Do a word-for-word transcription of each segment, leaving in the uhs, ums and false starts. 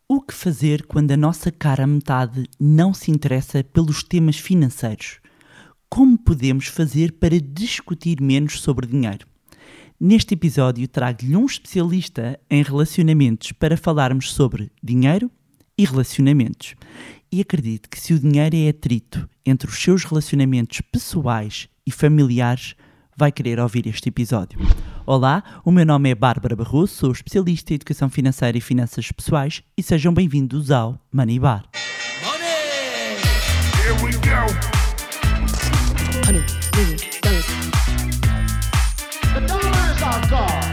O que fazer quando a nossa cara metade não se interessa pelos temas financeiros? Como podemos fazer para discutir menos sobre dinheiro? Neste episódio trago-lhe um especialista em relacionamentos para falarmos sobre dinheiro e relacionamentos. E acredito que se o dinheiro é atrito entre os seus relacionamentos pessoais e familiares, vai querer ouvir este episódio. Olá, o meu nome é Bárbara Barroso, sou especialista em educação financeira e finanças pessoais e sejam bem-vindos ao Money Bar. Money! Here we go! Honey, million dollars. The dollar is our god!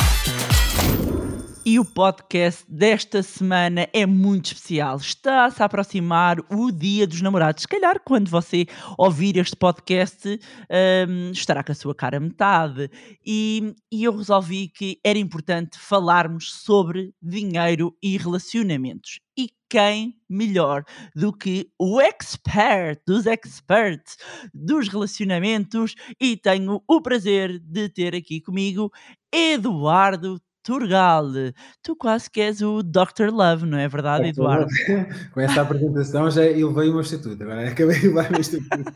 E o podcast desta semana é muito especial. Está-se a aproximar o Dia dos Namorados. Se calhar, quando você ouvir este podcast, hum, estará com a sua cara metade. E, e eu resolvi que era importante falarmos sobre dinheiro e relacionamentos. E quem melhor do que o expert dos experts dos relacionamentos? E tenho o prazer de ter aqui comigo Eduardo Turgal. Tu quase que és o doutor Love, não é verdade, Eduardo? Com essa apresentação já elevei o meu estatuto, agora acabei de elevar o meu estatuto.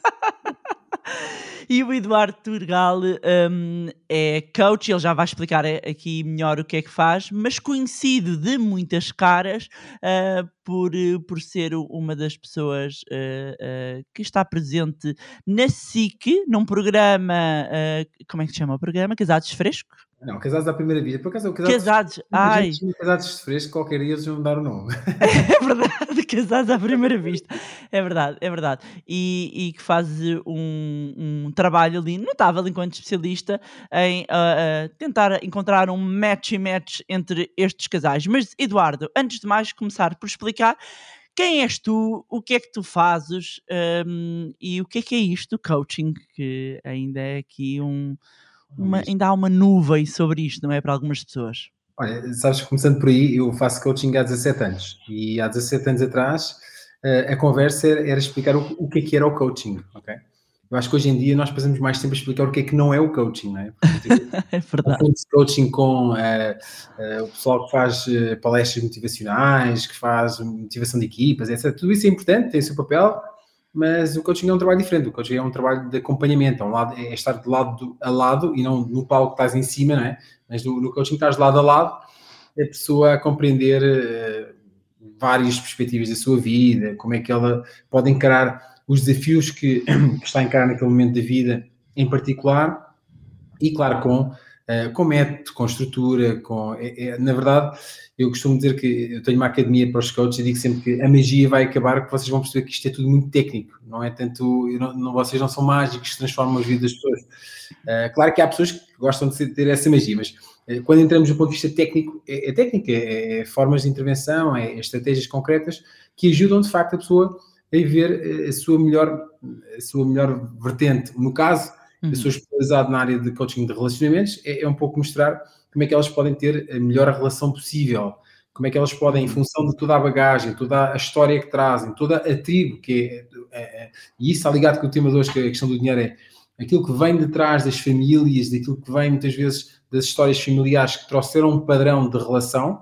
E o Eduardo Turgal hum, é coach, ele já vai explicar aqui melhor o que é que faz, mas conhecido de muitas caras uh, por, por ser uma das pessoas uh, uh, que está presente na S I C, num programa, uh, como é que se chama o programa? Casados Frescos? Não, Casados à Primeira Vista. Por acaso, o Casados, Casados, ai... gente, Casados Frescos, qualquer dia eles vão dar o nome. É verdade, Casados à Primeira Vista. É verdade, é verdade. E, e que faz um, um trabalho ali notável enquanto especialista em uh, uh, tentar encontrar um match e match entre estes casais. Mas, Eduardo, antes de mais começar por explicar quem és tu, o que é que tu fazes um, e o que é que é isto do coaching, que ainda é aqui um... Uma, ainda há uma nuvem sobre isto, não é? Para algumas pessoas. Olha, sabes, começando por aí, eu faço coaching há dezassete anos. E há dezassete anos atrás, a conversa era, era explicar o, o que é que era o coaching, ok? Eu acho que hoje em dia nós passamos mais tempo a explicar o que é que não é o coaching, não é? Porque, é verdade. Um coaching com uh, uh, o pessoal que faz uh, palestras motivacionais, que faz motivação de equipas, etcétera. Tudo isso é importante, tem o seu papel, mas o coaching é um trabalho diferente. O coaching é um trabalho de acompanhamento, é, um lado, é estar de lado a lado e não no palco que estás em cima, não é? Mas no, no coaching estás de lado a lado, a pessoa a compreender uh, várias perspectivas da sua vida, como é que ela pode encarar os desafios que, que está a encarar naquele momento da vida em particular e, claro, com, uh, com método, com estrutura, com... É, é, na verdade, eu costumo dizer que eu tenho uma academia para os coaches e digo sempre que a magia vai acabar, porque vocês vão perceber que isto é tudo muito técnico, não é tanto... Não, não, vocês não são mágicos que transformam as vidas das pessoas. Uh, claro que há pessoas que gostam de ter essa magia, mas uh, quando entramos do ponto de vista técnico, é, é técnica, é, é formas de intervenção, é, é estratégias concretas que ajudam, de facto, a pessoa a ver a sua melhor, a sua melhor vertente. No caso, uhum. eu sou especializado na área de coaching de relacionamentos, é, é um pouco mostrar como é que elas podem ter a melhor relação possível, como é que elas podem, em função de toda a bagagem, toda a história que trazem, toda a tribo, que é, é, é e isso está ligado com o tema de hoje, que a questão do dinheiro é aquilo que vem de trás das famílias, daquilo que vem muitas vezes das histórias familiares que trouxeram um padrão de relação.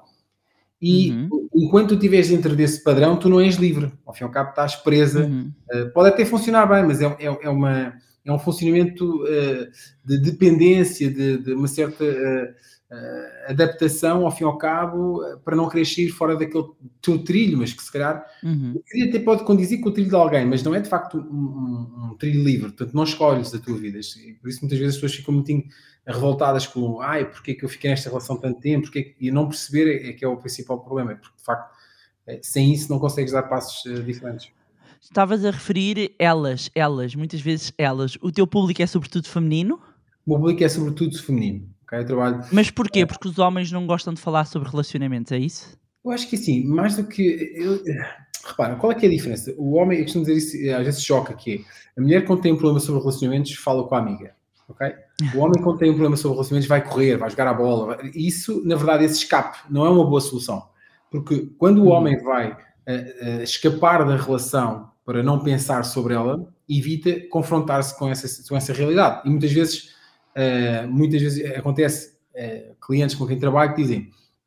E uhum. enquanto tu estiveres dentro desse padrão, tu não és livre. Ao fim e ao cabo, estás presa. Uhum. Uh, pode até funcionar bem, mas é, é, é, uma, é um funcionamento uh, de dependência, de, de uma certa uh, uh, adaptação, ao fim e ao cabo, uh, para não querer sair fora daquele teu trilho, mas que se calhar uhum. o trilho até pode condizir com o trilho de alguém, mas não é de facto um, um, um trilho livre. Portanto, não escolhes a tua vida. Por isso, muitas vezes as pessoas ficam muito revoltadas com, ai, porque é que eu fiquei nesta relação tanto tempo, porque e não perceber é que é o principal problema, porque de facto sem isso não consegues dar passos uh, diferentes. Estavas a referir elas, elas, muitas vezes elas, o teu público é sobretudo feminino? O meu público é sobretudo feminino, ok? Eu trabalho... Mas porquê? É... Porque os homens não gostam de falar sobre relacionamentos, é isso? Eu acho que sim, mais do que... Eu... Repara, qual é que é a diferença? O homem, eu costumo dizer isso, às vezes choca, que é, a mulher quando tem um problema sobre relacionamentos fala com a amiga. Okay? O homem, quando tem um problema sobre relacionamentos, vai correr, vai jogar a bola. Vai... Isso, na verdade, esse escape não é uma boa solução. Porque quando o homem vai uh, uh, escapar da relação para não pensar sobre ela, evita confrontar-se com essa, com essa realidade. E muitas vezes, uh, muitas vezes acontece, uh, clientes com quem trabalho que dizem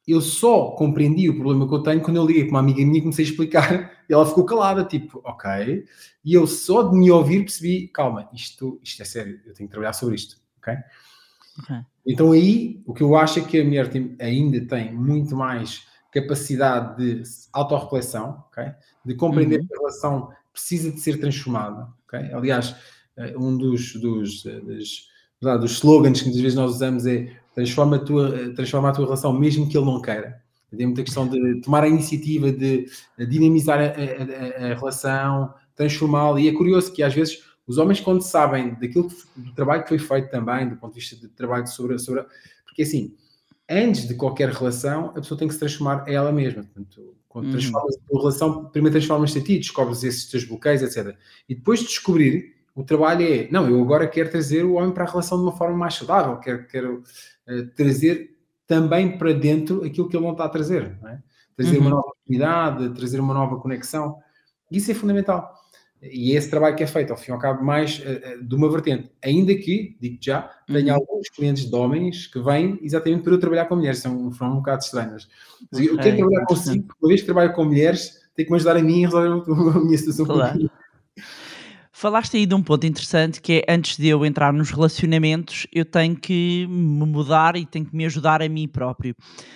eu só compreendi o problema que eu tenho quando eu liguei para uma amiga minha e comecei a explicar e ela ficou calada, tipo, ok. E eu só de me ouvir percebi, calma, isto, isto é sério, eu tenho que trabalhar sobre isto, ok? Ok. Então aí, o que eu acho é que a mulher tem, ainda tem muito mais capacidade de autorreflexão, ok? De compreender Uhum. que a relação precisa de ser transformada, ok? Aliás, eh, um dos, dos, eh, dos, lá, dos slogans que muitas vezes nós usamos é transforma a tua, eh, transforma a tua relação mesmo que ele não queira. Tem muita questão de tomar a iniciativa de dinamizar a, a, a, a relação, transformá-la, e é curioso que às vezes os homens, quando sabem daquilo que, do trabalho que foi feito também, do ponto de vista de trabalho sobre, sobre... Porque assim, antes de qualquer relação, a pessoa tem que se transformar a ela mesma. Portanto, quando Uhum. transformas a tua relação, primeiro transformas-te a ti, descobres esses teus bloqueios, etcétera. E depois de descobrir, o trabalho é, não, eu agora quero trazer o homem para a relação de uma forma mais saudável, quero, quero uh, trazer também para dentro aquilo que ele não está a trazer, não é? Trazer Uhum. uma nova oportunidade, trazer uma nova conexão. Isso é fundamental. E é esse trabalho que é feito, ao fim e ao cabo, mais uh, de uma vertente. Ainda que, digo já, tenho Uhum. alguns clientes de homens que vêm exatamente para eu trabalhar com mulheres. São, são um bocado estranhas. Mas eu Ok, quero trabalhar interessante. consigo, porque uma vez que trabalho com mulheres, tem que me ajudar a mim a resolver a minha situação Claro. comigo. Falaste aí de um ponto interessante que é, antes de eu entrar nos relacionamentos, eu tenho que me mudar e tenho que me ajudar a mim próprio.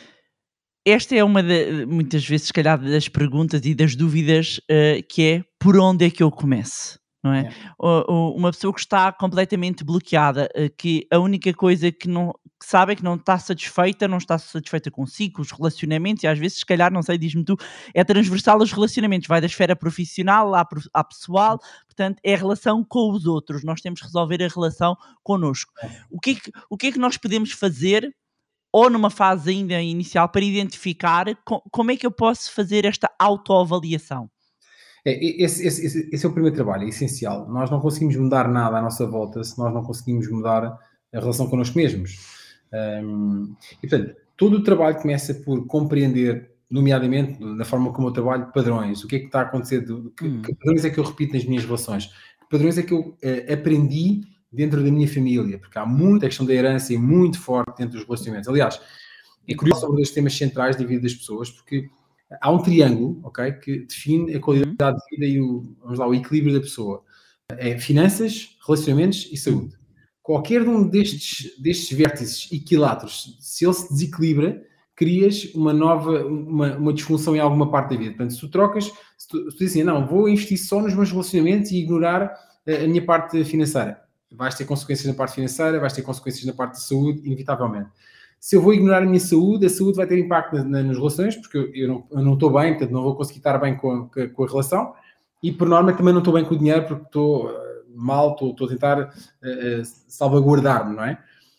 Esta é uma, de, muitas vezes, se calhar, das perguntas e das dúvidas, uh, que é, por onde é que eu começo? Não é? Yeah. O- o- uma pessoa que está completamente bloqueada, uh, que a única coisa que, não, que sabe é que não está satisfeita, não está satisfeita consigo, com os relacionamentos, e às vezes, se calhar, não sei, diz-me tu, é transversal aos relacionamentos, vai da esfera profissional à, pro- à pessoal, portanto, é a relação com os outros, nós temos que resolver a relação connosco. O que é que, o que, é que nós podemos fazer, ou numa fase ainda inicial, para identificar co- como é que eu posso fazer esta autoavaliação? É, esse, esse, esse, esse é o primeiro trabalho, é essencial. Nós não conseguimos mudar nada à nossa volta se nós não conseguimos mudar a relação connosco mesmos. Um, e, portanto, todo o trabalho começa por compreender, nomeadamente, na forma como eu trabalho, padrões. O que é que está a acontecer? Do, que, Hum. que padrões é que eu repito nas minhas relações? Que padrões é que eu uh, aprendi dentro da minha família? Porque há muita questão da herança e muito forte dentro dos relacionamentos. Aliás, é curioso sobre os temas centrais da vida das pessoas, porque há um triângulo, ok, que define a qualidade Uhum. de vida e o, vamos lá, o equilíbrio da pessoa. É finanças, relacionamentos e saúde. Qualquer um destes, destes vértices equiláteros, se ele se desequilibra, crias uma nova, uma, uma disfunção em alguma parte da vida. Portanto, se tu trocas, se tu, se tu dizes assim, não, vou investir só nos meus relacionamentos e ignorar a, a minha parte financeira, vais ter consequências na parte financeira, vais ter consequências na parte de saúde, inevitavelmente. Se eu vou ignorar a minha saúde, a saúde vai ter impacto na, na, nas relações, porque eu, eu, não, eu não estou bem, portanto não vou conseguir estar bem com a, com a relação, e por norma também não estou bem com o dinheiro, porque estou uh, mal, estou, estou a tentar uh, uh, salvaguardar-me, não é?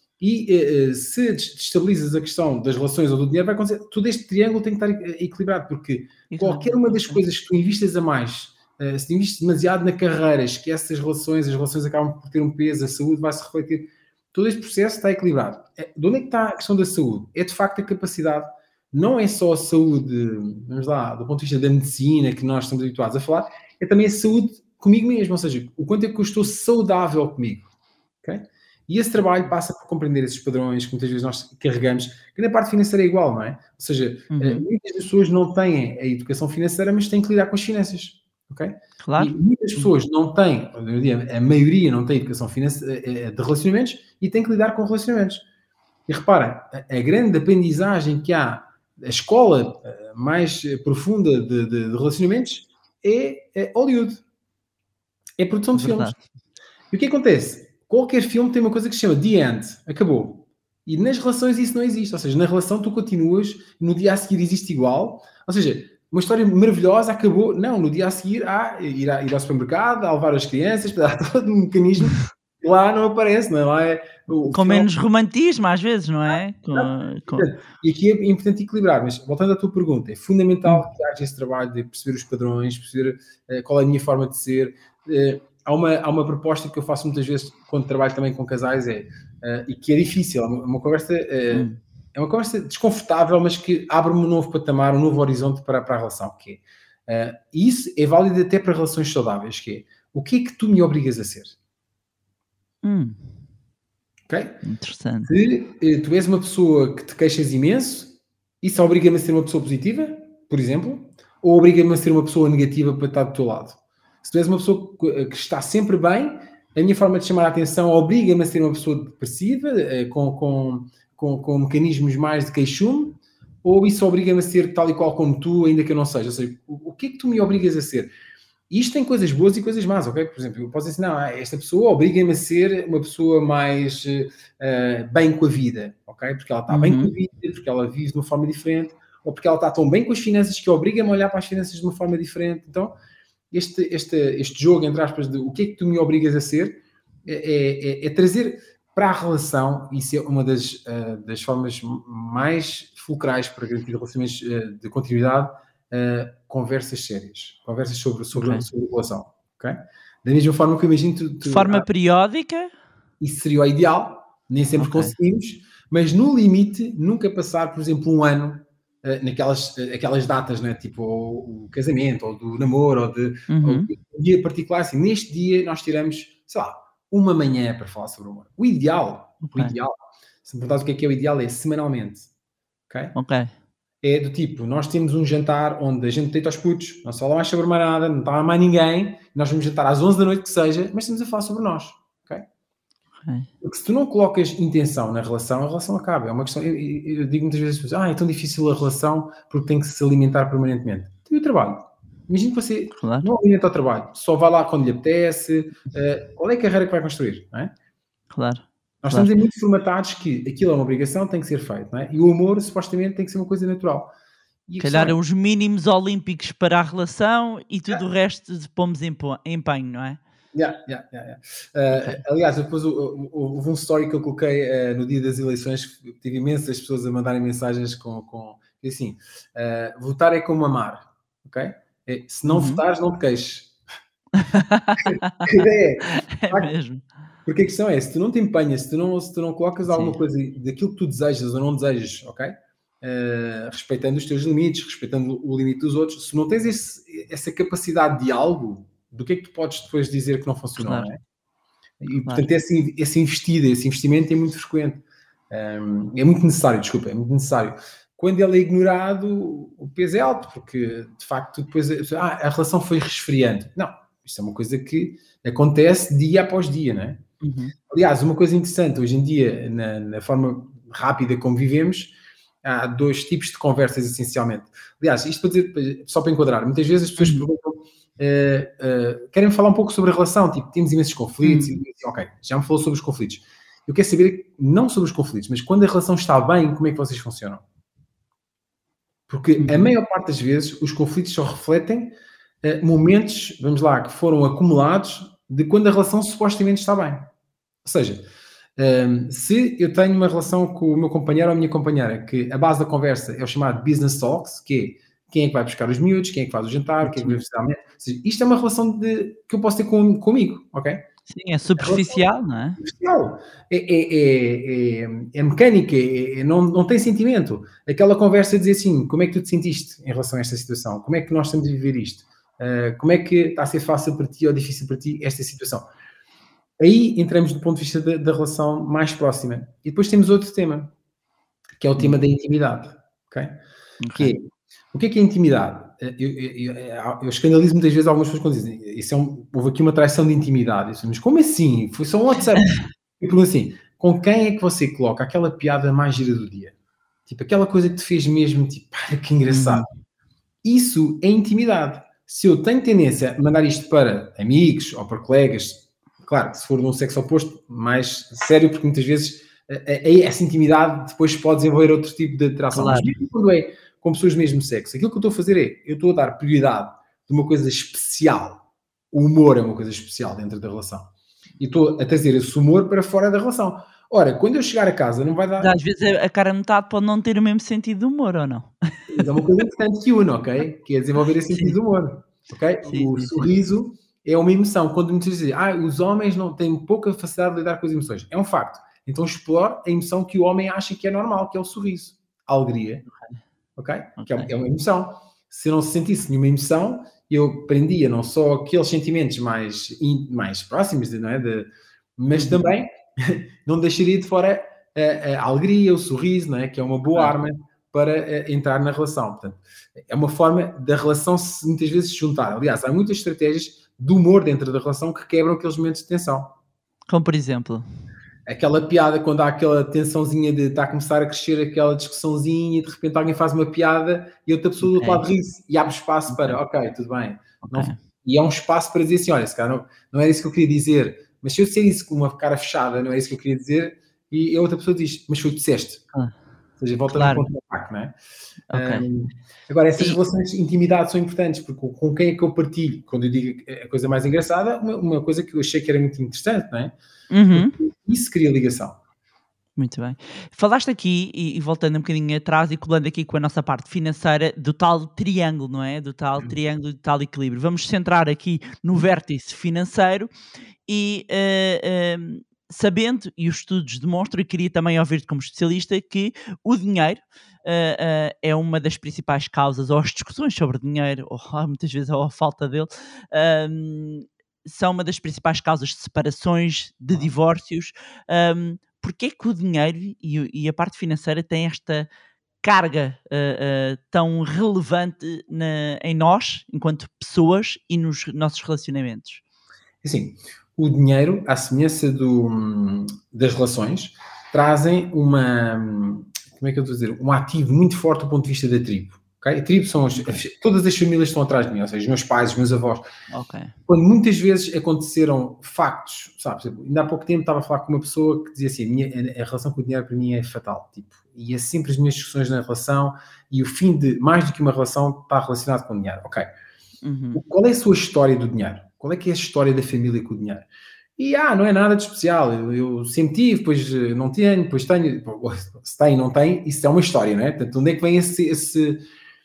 E uh, se destabilizas a questão das relações ou do dinheiro, vai acontecer, todo este triângulo tem que estar equilibrado, porque qualquer uma das coisas que tu investas a mais, uh, se tu investes demasiado na carreira, esquece as relações, as relações acabam por ter um peso, a saúde vai-se refletir. Todo este processo está equilibrado. De onde é que está a questão da saúde? É de facto a capacidade, não é só a saúde, vamos lá, do ponto de vista da medicina que nós estamos habituados a falar, é também a saúde comigo mesmo, ou seja, o quanto é que eu estou saudável comigo, ok? E esse trabalho passa por compreender esses padrões que muitas vezes nós carregamos, que na parte financeira é igual, não é? Ou seja, Uhum. muitas pessoas não têm a educação financeira, mas têm que lidar com as finanças, ok? Claro. E muitas pessoas não têm, a maioria não tem educação financeira de relacionamentos e têm que lidar com relacionamentos. E reparem, a, a grande aprendizagem que há, a escola mais profunda de, de, de relacionamentos é, é Hollywood. É produção de Verdade. filmes. E o que acontece? Qualquer filme tem uma coisa que se chama The End. Acabou. E nas relações isso não existe. Ou seja, na relação tu continuas, no dia a seguir existe igual. Ou seja, uma história maravilhosa acabou. Não, no dia a seguir há ir, a, ir ao supermercado, a levar as crianças, há todo um mecanismo que lá não aparece, não é? Lá é o Com final... menos romantismo, às vezes, não é? Com, com... E aqui é importante equilibrar, mas voltando à tua pergunta, é fundamental hum. que haja esse trabalho de perceber os padrões, perceber uh, qual é a minha forma de ser. Uh, há, uma, há uma proposta que eu faço muitas vezes quando trabalho também com casais, é, uh, e que é difícil, é uma, uma conversa... Uh, hum. É uma conversa desconfortável, mas que abre um novo patamar, um novo horizonte para, para a relação. Que é, uh, e isso é válido até para relações saudáveis, que é, o que é que tu me obrigas a ser? Hum. Ok? Interessante. Se uh, tu és uma pessoa que te queixas imenso, Isso obriga-me a ser uma pessoa positiva, por exemplo, ou obriga-me a ser uma pessoa negativa para estar do teu lado? Se tu és uma pessoa que está sempre bem, a minha forma de chamar a atenção obriga-me a ser uma pessoa depressiva, com, com, com, com mecanismos mais de queixume, ou isso obriga-me a ser tal e qual como tu, ainda que eu não seja? Ou seja, o, o que é que tu me obrigas a ser? Isto tem coisas boas e coisas más, ok? Por exemplo, eu posso dizer, não, esta pessoa obriga-me a ser uma pessoa mais uh, bem com a vida, ok? Porque ela está uhum. bem com a vida, porque ela vive de uma forma diferente, ou porque ela está tão bem com as finanças que obriga-me a olhar para as finanças de uma forma diferente. Então, este, este, este jogo, entre aspas, de o que é que tu me obrigas a ser, é, é, é trazer para a relação, isso é uma das, uh, das formas mais fulcrais para garantir relacionamentos uh, de continuidade, uh, conversas sérias, conversas sobre, sobre, okay. sobre a relação, ok? Da mesma forma que eu imagino... Tu, tu, de forma ah, periódica? Isso seria o ideal, nem sempre okay. conseguimos, mas no limite, nunca passar, por exemplo, um ano uh, naquelas uh, aquelas datas, né? Tipo o, o casamento, ou do namoro, ou de uhum. ou um dia particular, assim, neste dia nós tiramos, sei lá, uma manhã para falar sobre o amor. O ideal, okay. o ideal, se me perguntares o que é que é o ideal, é semanalmente, ok? Ok. É do tipo, nós temos um jantar onde a gente deita aos putos, não se fala mais sobre mais nada, não está mais ninguém, nós vamos jantar às onze da noite que seja, mas estamos a falar sobre nós, ok? okay. Porque se tu não colocas intenção na relação, a relação acaba. É uma questão, eu, eu digo muitas vezes, ah, é tão difícil a relação porque tem que se alimentar permanentemente. E o trabalho? Imagina que você claro. não alimenta o trabalho, só vai lá quando lhe apetece, uh, qual é a carreira que vai construir, não é? Claro. Nós claro. estamos muito formatados que aquilo é uma obrigação, tem que ser feito, não é? E o amor, supostamente, tem que ser uma coisa natural. E calhar é uns mínimos olímpicos para a relação e tudo yeah. o resto de pomos em empenho, não é? Yeah, yeah, yeah, yeah. Uh, okay. Aliás, depois houve um story que eu coloquei uh, no dia das eleições, que tive imensas pessoas a mandarem mensagens com, com assim, uh, votar é como amar, ok? É, se não uhum. votares, não te queixes. Que ideia é? É mesmo. Porque a questão é, se tu não te empenhas, se tu não, se tu não colocas Sim. alguma coisa daquilo que tu desejas ou não desejas, ok? Uh, respeitando os teus limites, respeitando o limite dos outros, se não tens esse, essa capacidade de algo, do que é que tu podes depois dizer que não funcionou, claro. não é? E, claro. portanto, esse, esse investido, esse investimento é muito frequente. Um, é muito necessário, desculpa, é muito necessário. Quando ele é ignorado, o peso é alto, porque, de facto, depois ah, a relação foi resfriando. Não, isto é uma coisa que acontece dia após dia, não é? Uhum. Aliás, uma coisa interessante, hoje em dia, na, na forma rápida como vivemos, há dois tipos de conversas, essencialmente. Aliás, isto para dizer, só para enquadrar, muitas vezes as pessoas uhum. perguntam, uh, uh, querem falar um pouco sobre a relação, tipo, temos imensos conflitos, uhum. e, ok, já me falou sobre os conflitos. Eu quero saber, não sobre os conflitos, mas quando a relação está bem, como é que vocês funcionam? Porque uhum. a maior parte das vezes os conflitos só refletem uh, momentos, vamos lá, que foram acumulados de quando a relação supostamente está bem. Ou seja, um, se eu tenho uma relação com o meu companheiro ou a minha companheira, que a base da conversa é o chamado business talks, que é quem é que vai buscar os miúdos, quem é que faz o jantar, quem é que vai fazer a manhã. Ou seja, isto é uma relação de, que eu posso ter com, comigo, ok? Sim, é superficial, não é? Superficial. É, é, é, é, é mecânica, é, é, não, não tem sentimento. Aquela conversa de dizer assim, como é que tu te sentiste em relação a esta situação? Como é que nós estamos a viver isto? Uh, como é que está a ser fácil para ti ou difícil para ti esta situação? Aí entramos do ponto de vista da, da relação mais próxima. E depois temos outro tema, que é o tema da intimidade. Okay? Okay. Que é, o que é que é intimidade? Eu, eu, eu, eu escandalizo muitas vezes algumas pessoas quando dizem isso é um, houve aqui uma traição de intimidade. Eu digo, mas como assim? Foi só um WhatsApp. Eu pergunto assim, com quem é que você coloca aquela piada mais gira do dia? Tipo, aquela coisa que te fez mesmo, tipo, ah, que engraçado. Uhum. Isso é intimidade. Se eu tenho tendência a mandar isto para amigos ou para colegas, claro, se for de um sexo oposto, mais sério, porque muitas vezes essa intimidade depois pode desenvolver outro tipo de atração. Claro. Mas mesmo quando é com pessoas do mesmo sexo, aquilo que eu estou a fazer é, eu estou a dar prioridade de uma coisa especial. O humor é uma coisa especial dentro da relação. E estou a trazer esse humor para fora da relação. Ora, quando eu chegar a casa, não vai dar... Às vezes a cara metade pode não ter o mesmo sentido de humor, ou não? Mas é uma coisa importante que une, ok? Que é desenvolver esse sentido sim. de humor. Ok? Sim, o sim, sorriso sim. é uma emoção. Quando muitas vezes dizem, ah, os homens não têm pouca facilidade de lidar com as emoções. É um facto. Então explore a emoção que o homem acha que é normal, que é o sorriso. A alegria. Ok? okay. Que é, é uma emoção. Se eu não sentisse nenhuma emoção, eu prendia não só aqueles sentimentos mais, mais próximos, não é? De, mas uhum. também não deixaria de fora a, a alegria, o sorriso, não é? Que é uma boa ah. arma para eh, entrar na relação. Portanto, é uma forma da relação se muitas vezes se juntar. Aliás, há muitas estratégias de humor dentro da relação que quebram aqueles momentos de tensão. Como por exemplo? Aquela piada, quando há aquela tensãozinha de está a começar a crescer aquela discussãozinha e de repente alguém faz uma piada e outra pessoa do outro lado Ok, ri-se e abre espaço ok, para, ok, tudo bem. ok. Não- e é um espaço para dizer assim, olha, se calhar não, não era isso que eu queria dizer, mas se eu disser isso com uma cara fechada, não é isso que eu queria dizer, e a outra pessoa diz, mas foi o que disseste. Ah, Ou seja, volta no claro, contra-ataque, não é? ok. Hum, agora, essas E relações de intimidade são importantes, porque com com quem é que eu partilho? Quando eu digo a coisa mais engraçada, uma, uma coisa que eu achei que era muito interessante, não é? uhum. Porque isso cria ligação. Muito bem. Falaste aqui, e, e voltando um bocadinho atrás e colando aqui com a nossa parte financeira, do tal triângulo, não é? Do tal triângulo, do tal equilíbrio. Vamos centrar aqui no vértice financeiro e eh, ehm, sabendo, e os estudos demonstram, e queria também ouvir-te como especialista, que o dinheiro eh, eh, é uma das principais causas, ou as discussões sobre dinheiro, ou muitas vezes ou a falta dele, ahm, são uma das principais causas de separações, de divórcios. Ahm, Porquê que o dinheiro e, o- e a parte financeira têm esta carga ah, ah, tão relevante na- em nós, enquanto pessoas, e nos nossos relacionamentos? Assim, o dinheiro, à semelhança do, das relações, trazem uma, como é que eu estou a dizer, um ativo muito forte do ponto de vista da tribo. Okay? A tribo são as, Ok, todas as famílias estão atrás de mim, ou seja, os meus pais, os meus avós. ok, Quando muitas vezes aconteceram factos, sabe? Por exemplo, ainda há pouco tempo estava a falar com uma pessoa que dizia assim: a, minha, a, a relação com o dinheiro para mim é fatal. Tipo, e é sempre as minhas discussões na relação e o fim de mais do que uma relação está relacionado com o dinheiro. Ok. uhum, Qual é a sua história do dinheiro? Qual é que é a história da família com o dinheiro? E, ah, não é nada de especial, eu, eu sempre tive, depois eh, não tenho, depois tenho, se tem, não tem, isso é uma história, não é? Portanto, onde é que vem esse... esse...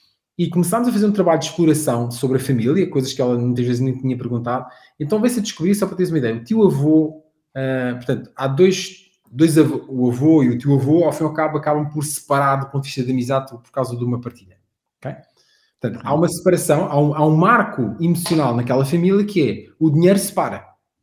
E começámos a fazer um trabalho de exploração sobre a família, coisas que ela muitas vezes nem tinha perguntado, então veio-se a descobrir, só para teres uma ideia, o tio-avô, ah, portanto, há dois, dois avô, o avô e o tio-avô, ao fim e ao cabo, acabam por separar do ponto de vista da amizade por causa de uma partilha, ok? Portanto, há ok, uma separação, há um, há um marco emocional naquela família que é o dinheiro separa.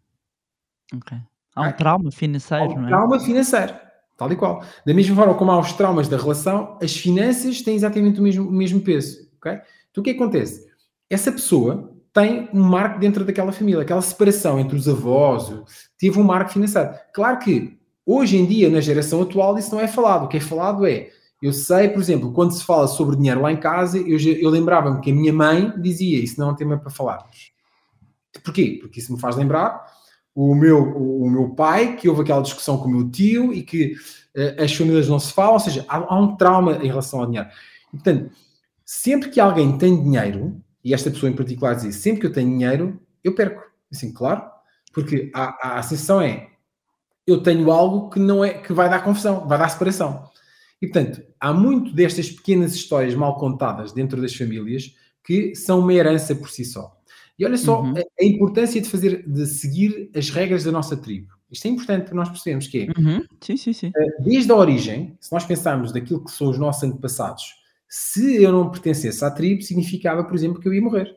ok. Há um Ok? trauma Há financeiro, um não é? trauma financeiro, tal e qual. Da mesma forma como há os traumas da relação, as finanças têm exatamente o mesmo, o mesmo peso. Ok? Então o que acontece? Essa pessoa tem um marco dentro daquela família, aquela separação entre os avós, teve um marco financeiro. Claro que hoje em dia, na geração atual, isso não é falado. O que é falado é, eu sei, por exemplo, quando se fala sobre dinheiro lá em casa, eu, já- eu lembrava-me que a minha mãe dizia, isso não é um tema para falarmos. Porquê? Porque isso me faz lembrar o meu, o, o meu pai, que houve aquela discussão com o meu tio e que eh, as famílias não se falam, ou seja, há, há um trauma em relação ao dinheiro. E, portanto, sempre que alguém tem dinheiro, e esta pessoa em particular diz, sempre que eu tenho dinheiro, eu perco. Assim, claro, porque a, a sensação é, eu tenho algo que não é, que vai dar confusão, vai dar separação. E, portanto, há muito destas pequenas histórias mal contadas dentro das famílias que são uma herança por si só. E olha só a, Uhum, a importância de fazer, de seguir as regras da nossa tribo. Isto é importante para nós percebermos que é, uhum. Sim, sim, sim. desde a origem, se nós pensarmos daquilo que são os nossos antepassados, se eu não pertencesse à tribo, significava, por exemplo, que eu ia morrer.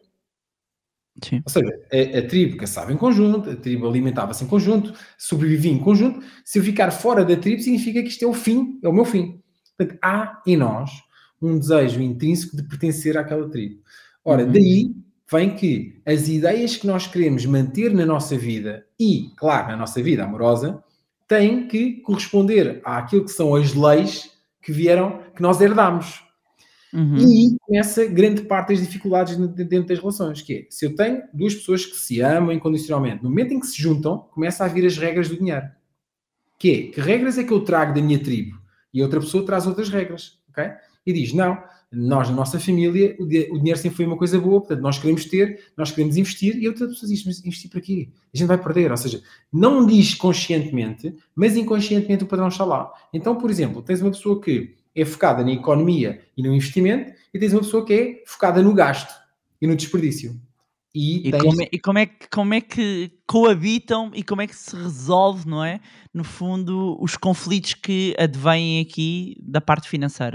Sim. Ou seja, a, a tribo caçava em conjunto, a tribo alimentava-se em conjunto, sobrevivia em conjunto. Se eu ficar fora da tribo, significa que isto é o fim, é o meu fim. Portanto, há em nós um desejo intrínseco de pertencer àquela tribo. Ora, Uhum. daí vem que as ideias que nós queremos manter na nossa vida e, claro, na nossa vida amorosa, têm que corresponder àquilo que são as leis que vieram, que nós herdamos. Uhum. E aí começa grande parte das dificuldades dentro das relações, que é, se eu tenho duas pessoas que se amam incondicionalmente, no momento em que se juntam, começa a vir as regras do dinheiro. Que é, que regras é que eu trago da minha tribo? E a outra pessoa traz outras regras, ok? E diz, não, nós na nossa família, o, di- o dinheiro sempre foi uma coisa boa, portanto nós queremos ter, nós queremos investir, e a outra pessoa diz, mas investir para quê? A gente vai perder, ou seja, não diz conscientemente, mas inconscientemente o padrão está lá. Então, por exemplo, tens uma pessoa que é focada na economia e no investimento, e tens uma pessoa que é focada no gasto e no desperdício. E E tens... como é, e como é que, como é que coabitam e como é que se resolve, não é? No fundo, os conflitos que advêm aqui da parte financeira.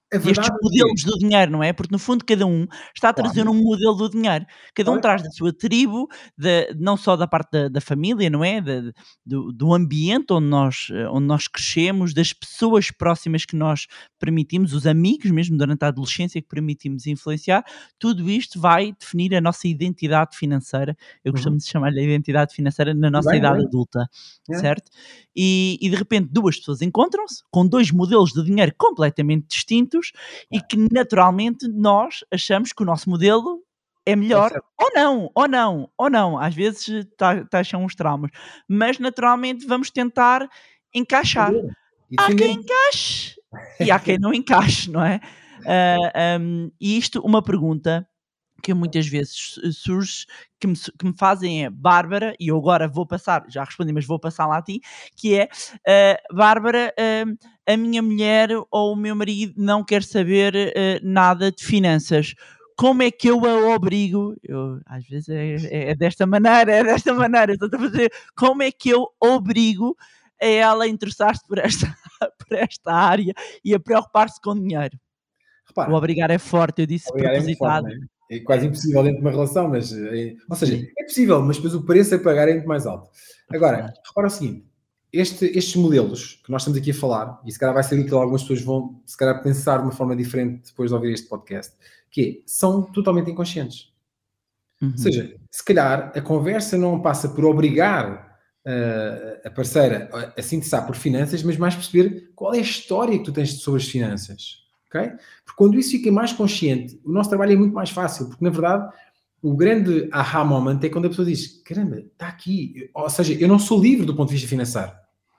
A destes verdade é que modelos do dinheiro, não é? Porque no fundo cada um está a trazer claro, um modelo do dinheiro. Cada um claro, traz da sua tribo, da- não só da parte da, da família, não é? Da- do, do ambiente onde nós, eh, onde nós crescemos, das pessoas próximas que nós permitimos, os amigos mesmo durante a adolescência que permitimos influenciar. Tudo isto vai definir a nossa identidade financeira. Eu costumo uhum, chamar-lhe a identidade financeira na e nossa bem, idade bem, adulta, é, certo? E, e de repente duas pessoas encontram-se com dois modelos de dinheiro completamente distintos e que naturalmente nós achamos que o nosso modelo é é o melhor certo. ou não, ou não, ou não. Às vezes eh, ta- taxam uns traumas, mas naturalmente vamos tentar encaixar. Defender e Há quem defender. encaixe e há quem não encaixe, não é? Ah, hum, e isto, uma pergunta que muitas vezes su- surge, que me, su- que me fazem é: Bárbara, e eu agora vou passar, já respondi, mas vou passar lá a ti, que é, ah, Bárbara, ah, a minha mulher ou o meu marido não quer saber ah, nada de finanças. Como é que eu a obrigo? Eu, às vezes é, é- é desta maneira, é desta maneira, estou a fazer. Como é que eu obrigo a ela a interessar-se por esta, por esta área e a preocupar-se com dinheiro? O Repara, obrigar é forte, eu disse obrigado é muito forte, propositado. não é? É quase É, impossível dentro de uma relação, mas, eh, ou seja, sim, é possível, mas depois o preço a pagar é muito mais alto. Agora, claro. repara o seguinte, este- estes modelos que nós estamos aqui a falar, e se calhar vai ser útil, algumas pessoas vão, se calhar, pensar de uma forma diferente depois de ouvir este podcast, que é, são totalmente inconscientes. Ou Uhum. seja, se calhar a conversa não passa por obrigar uh, a parceira a, a se interessar por finanças, mas mais perceber qual é a história que tu tens sobre as finanças. Okay? Porque quando isso fica mais consciente, o nosso trabalho é muito mais fácil, porque na verdade o grande aha moment é quando a pessoa diz: caramba, está aqui. Ou seja, eu não sou livre do ponto de vista financeiro.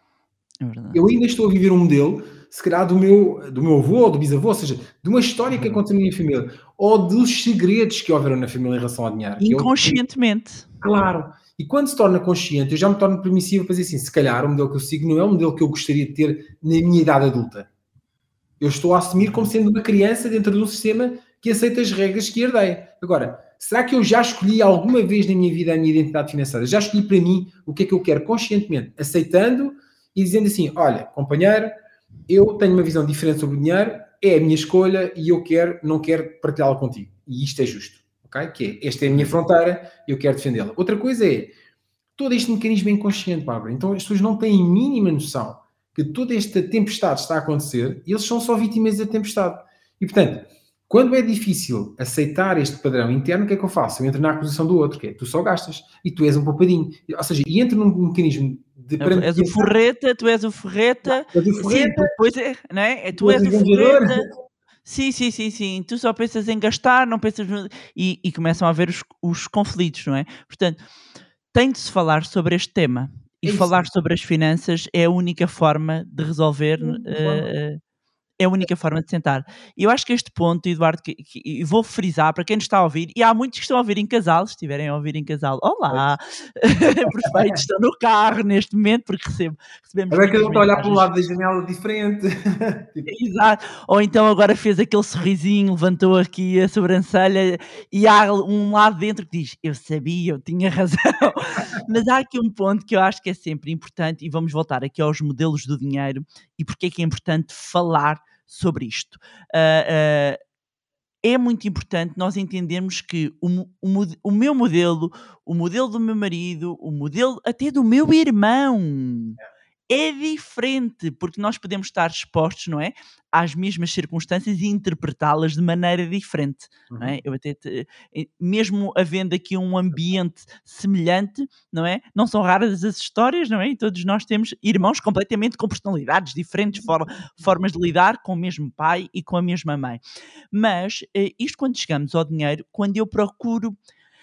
É verdade. Eu ainda estou a viver um modelo, se calhar, do meu, do meu avô ou do bisavô, ou seja, de uma história que aconteceu na minha família, ou dos segredos que houveram na família em relação ao dinheiro. Que eu, Inconscientemente. claro. E quando se torna consciente, eu já me torno permissivo para dizer assim, se calhar o modelo que eu sigo não é o modelo que eu gostaria de ter na minha idade adulta. Eu estou a assumir como sendo uma criança dentro de um sistema que aceita as regras que herdei. Agora, será que eu já escolhi alguma vez na minha vida a minha identidade financeira? Já escolhi para mim o que é que eu quero conscientemente, aceitando e dizendo assim, olha, companheiro, eu tenho uma visão diferente sobre o dinheiro, é a minha escolha e eu quero, não quero partilhá-la contigo. E isto é justo. Okay? Que é, esta é a minha fronteira e eu quero defendê-la. Outra coisa é, todo este mecanismo é inconsciente, Bárbara. Então as pessoas não têm mínima noção que toda esta tempestade está a acontecer e eles são só vítimas da tempestade. E, portanto, quando é difícil aceitar este padrão interno, o que é que eu faço? Eu entro na acusação do outro, que é, tu só gastas e tu és um poupadinho. Ou seja, e entro num mecanismo de És o forreta, tu és o forreta. és o Sim, forreta, porque depois é, não é? É, tu tu és és o o esbanjador. forreta. Sim, sim, sim, sim. Tu só pensas em gastar, não pensas no... E, e começam a haver os, os conflitos, não é? Portanto, tem de se falar sobre este tema. E É isso. falar sobre as finanças é a única forma de resolver, É uma forma. eh, é a única forma de sentar. E eu acho que este ponto, Eduardo, que, que- e vou frisar para quem nos está a ouvir, e há muitos que estão a ouvir em casal, se estiverem a ouvir em casal, olá, perfeito, estão no carro neste momento, porque recebo, recebemos Agora que ele muitas está a olhar para um mensagens. lado da janela diferente. Tipo, Exato. Ou então agora fez aquele sorrisinho, levantou aqui a sobrancelha e há um lado dentro que diz: eu sabia, eu tinha razão. Mas há aqui um ponto que eu acho que é sempre importante, e vamos voltar aqui aos modelos do dinheiro e porque é que é importante falar sobre isto. Ah, ah, é muito importante nós entendermos que o, mo- o mo- o meu modelo, o modelo do meu marido, o modelo até do meu irmão é diferente, porque nós podemos estar expostos, não é, às mesmas circunstâncias e interpretá-las de maneira diferente, não é? uhum. Eu até te eh, mesmo havendo aqui um ambiente semelhante, não é, não são raras as histórias, não é, e todos nós temos irmãos completamente com personalidades diferentes, for formas de lidar com o mesmo pai e com a mesma mãe. Mas, eh, isto quando chegamos ao dinheiro, quando eu procuro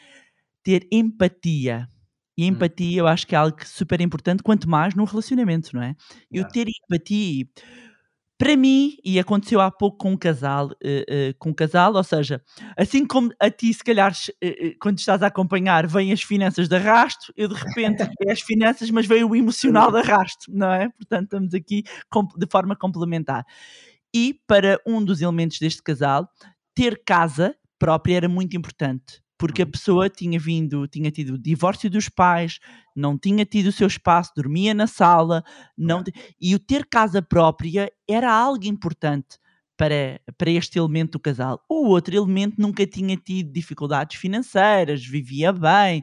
ter empatia. E a Hum, empatia eu acho que é algo que super importante, quanto mais num relacionamento, não é? Eu yeah. ter empatia, para mim, e aconteceu há pouco com um casal, eh, eh, com um casal, ou seja, assim como a ti se calhar ch- eh, eh, quando estás a acompanhar vêm as finanças de arrasto, eu de repente é as finanças, mas veio o emocional de arrasto, não é? Portanto, estamos aqui com- de forma complementar. E para um dos elementos deste casal, ter casa própria era muito importante, porque a Uhum. pessoa tinha vindo, tinha tido o divórcio dos pais, não tinha tido o seu espaço, dormia na sala, não Yeah. ti- e o ter casa própria era algo importante para, para este elemento do casal. O outro elemento nunca tinha tido dificuldades financeiras, vivia bem,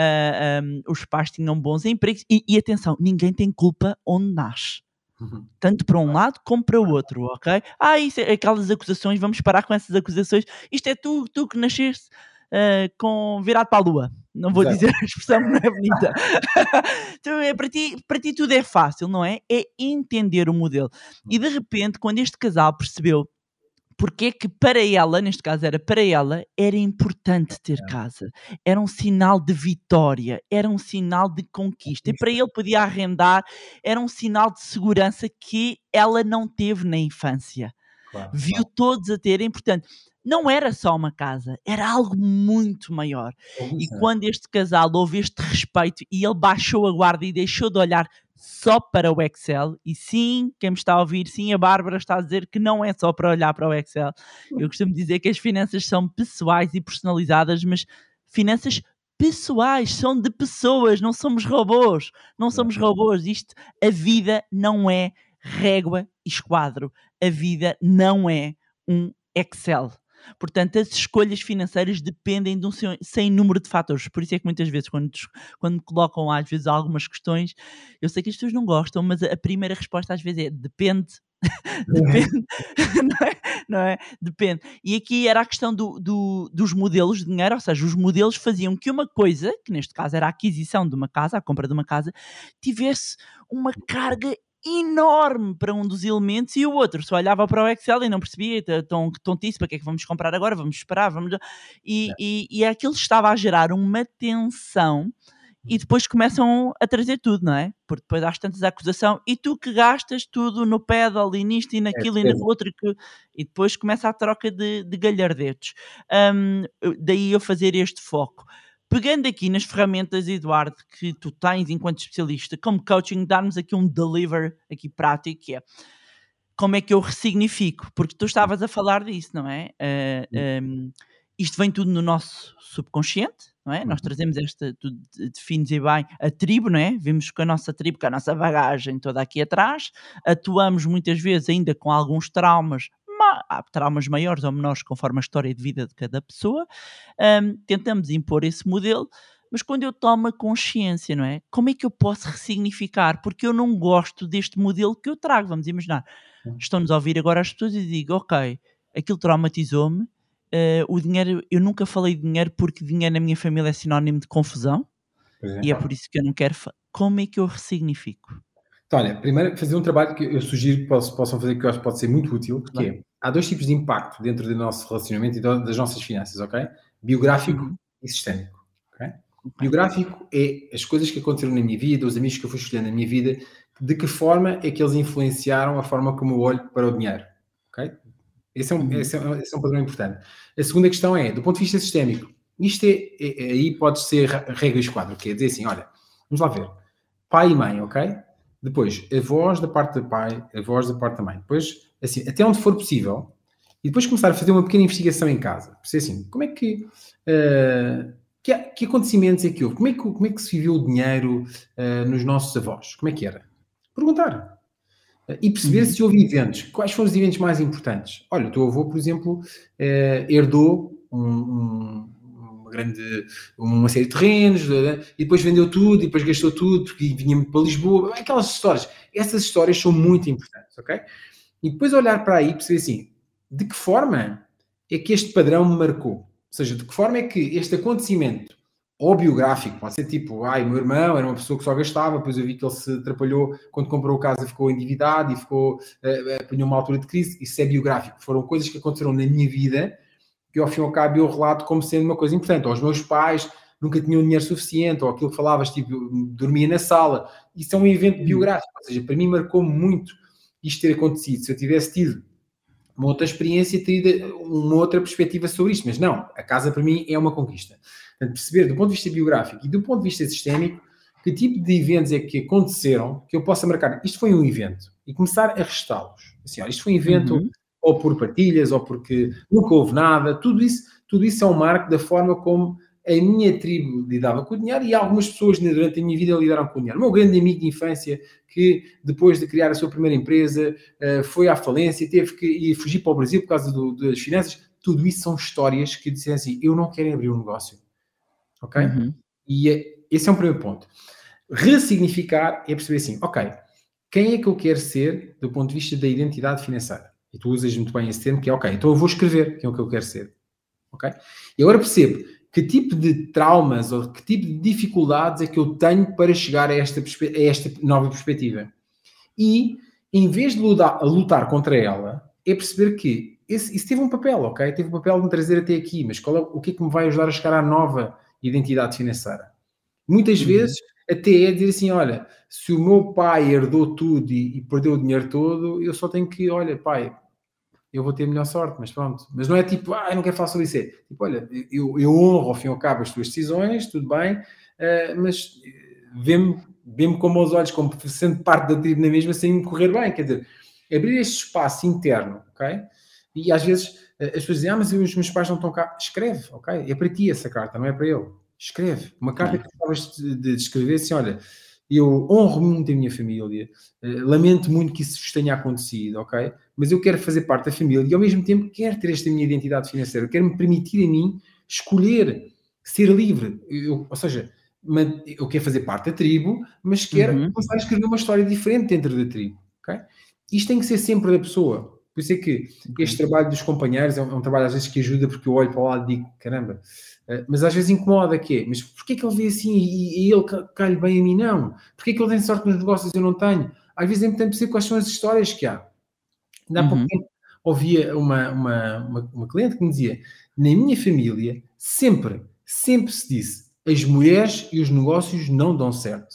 ah, um, os pais tinham bons empregos e, e atenção, ninguém tem culpa onde nasce. Uhum. Tanto para um lado como para o outro, ok? Ah, isso é aquelas acusações, vamos parar com essas acusações. Isto é tu, tu que nasceste uh, com virado para a lua. Não vou Exato. dizer a expressão que não é bonita. Então, é, para, ti, para ti tudo é fácil, não é? É entender o modelo. E de repente, quando este casal percebeu porque é que para ela, neste caso era para ela, era importante ter casa. Era um sinal de vitória, era um sinal de conquista. E para ele podia arrendar, era um sinal de segurança que ela não teve na infância. Claro, Viu claro. todos a terem, portanto, não era só uma casa, era algo muito maior. E Isso, né? quando este casal houve este respeito e ele baixou a guarda e deixou de olhar só para o Excel, e sim, quem me está a ouvir, sim, a Bárbara está a dizer que não é só para olhar para o Excel. Eu costumo dizer que as finanças são pessoais e personalizadas, mas finanças pessoais, são de pessoas, não somos robôs, não somos robôs. Isto, a vida não é régua e esquadro, a vida não é um Excel. Portanto, as escolhas financeiras dependem de um sem, sem número de fatores. Por isso é que muitas vezes, quando, quando me colocam às vezes algumas questões, eu sei que as pessoas não gostam, mas a, a primeira resposta às vezes é depende. Depende, não é? Não é? Depende. E aqui era a questão do, do, dos modelos de dinheiro, ou seja, os modelos faziam que uma coisa, que neste caso era a aquisição de uma casa, a compra de uma casa, tivesse uma carga enorme para um dos elementos e o outro só olhava para o Excel e não percebia, tão tontice, para que é que vamos comprar agora, vamos esperar, vamos... E, e, e aquilo estava a gerar uma tensão e depois começam a trazer tudo, não é? Porque depois há tantas acusação e tu que gastas tudo no pedal e nisto e naquilo É, e no outro e, que... e depois começa a troca de, de galhardetes. Um, daí eu fazer este foco. Pegando aqui nas ferramentas, Eduardo, que tu tens enquanto especialista, como coaching, dar-nos aqui um deliver aqui prático, que é como é que eu ressignifico? Porque tu estavas a falar disso, não é? Uh, um, isto vem tudo no nosso subconsciente, não é? Nós trazemos esta, tu defines bem, a tribo, não é? Vimos com a nossa tribo, com a nossa bagagem toda aqui atrás, atuamos muitas vezes ainda com alguns traumas, há traumas maiores ou menores conforme a história de vida de cada pessoa, um, tentamos impor esse modelo, mas quando eu tomo a consciência, não é? Como é que eu posso ressignificar? Porque eu não gosto deste modelo que eu trago, vamos imaginar. Estão-nos a ouvir agora as pessoas e digo, ok, aquilo traumatizou-me, uh, o dinheiro, eu nunca falei de dinheiro porque dinheiro na minha família é sinónimo de confusão, é. E é por isso que eu não quero... Fa- Como é que eu ressignifico? Então, olha, primeiro fazer um trabalho que eu sugiro que possam, possam fazer, que eu acho que pode ser muito útil, que é, há dois tipos de impacto dentro do nosso relacionamento e das nossas finanças, ok? Biográfico uhum. e sistémico, ok? Okay. Biográfico é as coisas que aconteceram na minha vida, os amigos que eu fui escolhendo na minha vida, de que forma é que eles influenciaram a forma como eu olho para o dinheiro, ok? Esse é um, uhum. esse é, esse é um padrão importante. A segunda questão é, do ponto de vista sistémico, isto é, é, é aí pode ser regra e esquadro, que é dizer assim, olha, vamos lá ver, pai e mãe, ok? Depois, avós da parte do pai, avós da parte da mãe. Depois, assim, até onde for possível. E depois começar a fazer uma pequena investigação em casa. Por ser assim, como é que... Uh, que, que acontecimentos é que houve? Como é que, como é que se viveu o dinheiro uh, nos nossos avós? Como é que era? Perguntar. Uh, e perceber uhum. se houve eventos. Quais foram os eventos mais importantes? Olha, o teu avô, por exemplo, uh, herdou um... um grande, uma série de terrenos, e depois vendeu tudo, e depois gastou tudo, porque vinha para Lisboa, aquelas histórias. Essas histórias são muito importantes, ok? E depois olhar para aí e perceber assim, de que forma é que este padrão me marcou? Ou seja, de que forma é que este acontecimento, ou biográfico, pode ser tipo, ai, meu irmão era uma pessoa que só gastava, depois eu vi que ele se atrapalhou, quando comprou casa ficou endividado, e ficou, uh, apanhou uma altura de crise, isso é biográfico. Foram coisas que aconteceram na minha vida, que ao fim e ao cabo eu relato como sendo uma coisa importante. Ou os meus pais nunca tinham dinheiro suficiente, ou aquilo que falavas, tipo, dormia na sala. Isso é um evento biográfico, ou seja, para mim marcou muito isto ter acontecido. Se eu tivesse tido uma outra experiência, teria uma outra perspectiva sobre isto. Mas não, a casa para mim é uma conquista. Portanto, perceber do ponto de vista biográfico e do ponto de vista sistémico, que tipo de eventos é que aconteceram, que eu possa marcar, isto foi um evento, e começar a restá-los. Assim, olha, isto foi um evento... Uhum. ou por partilhas, ou porque nunca houve nada, tudo isso, tudo isso é um marco da forma como a minha tribo lidava com o dinheiro e algumas pessoas durante a minha vida lidaram com o dinheiro. O meu grande amigo de infância, que depois de criar a sua primeira empresa, foi à falência, teve que ir fugir para o Brasil por causa do, das finanças, tudo isso são histórias que disseram assim, eu não quero abrir um negócio. Ok? Uhum. E é, esse é um primeiro ponto. Ressignificar é perceber assim, ok, quem é que eu quero ser do ponto de vista da identidade financeira? E tu usas muito bem esse termo, que é, ok, então eu vou escrever quem é o que eu quero ser. Ok? E agora percebo que tipo de traumas ou que tipo de dificuldades é que eu tenho para chegar a esta, a esta nova perspectiva. E, em vez de lutar, lutar contra ela, é perceber que esse, isso teve um papel, ok? Teve um papel de me trazer até aqui, mas qual é, o que é que me vai ajudar a chegar à nova identidade financeira? Muitas Uhum. vezes até é dizer assim, olha, se o meu pai herdou tudo e, e perdeu o dinheiro todo, eu só tenho que, olha, pai, eu vou ter melhor sorte, mas pronto. Mas não é tipo, ah, eu não quero falar sobre isso. É tipo, olha, eu, eu honro ao fim e ao cabo as tuas decisões, tudo bem, uh, mas vê-me, vê-me com bons olhos, como sendo parte da tribo na mesma, sem me correr bem. Quer dizer, abrir este espaço interno, ok? E às vezes as pessoas dizem, ah, mas os meus pais não estão cá. Escreve, ok? É para ti essa carta, não é para ele. Escreve. Uma carta Okay. que gostavas de, de escrever assim, olha, eu honro muito a minha família, uh, lamento muito que isso vos tenha acontecido, ok? Mas eu quero fazer parte da família e ao mesmo tempo quero ter esta minha identidade financeira, quero me permitir a mim escolher ser livre, eu, ou seja, eu quero fazer parte da tribo, mas quero Uhum. começar a escrever uma história diferente dentro da tribo, ok? Isto tem que ser sempre da pessoa. Por isso é que Okay. este trabalho dos companheiros é um, é um trabalho às vezes que ajuda, porque eu olho para o lado e digo, caramba, uh, mas às vezes incomoda, que é, mas porquê que ele vê assim e, e ele cai bem a mim não? Porquê que ele tem sorte nos negócios e eu não tenho? Às vezes é importante perceber quais são as histórias que há. Ainda há pouco Uhum. tempo ouvia uma, uma, uma, uma cliente que me dizia, na minha família sempre, sempre se disse, as mulheres e os negócios não dão certo.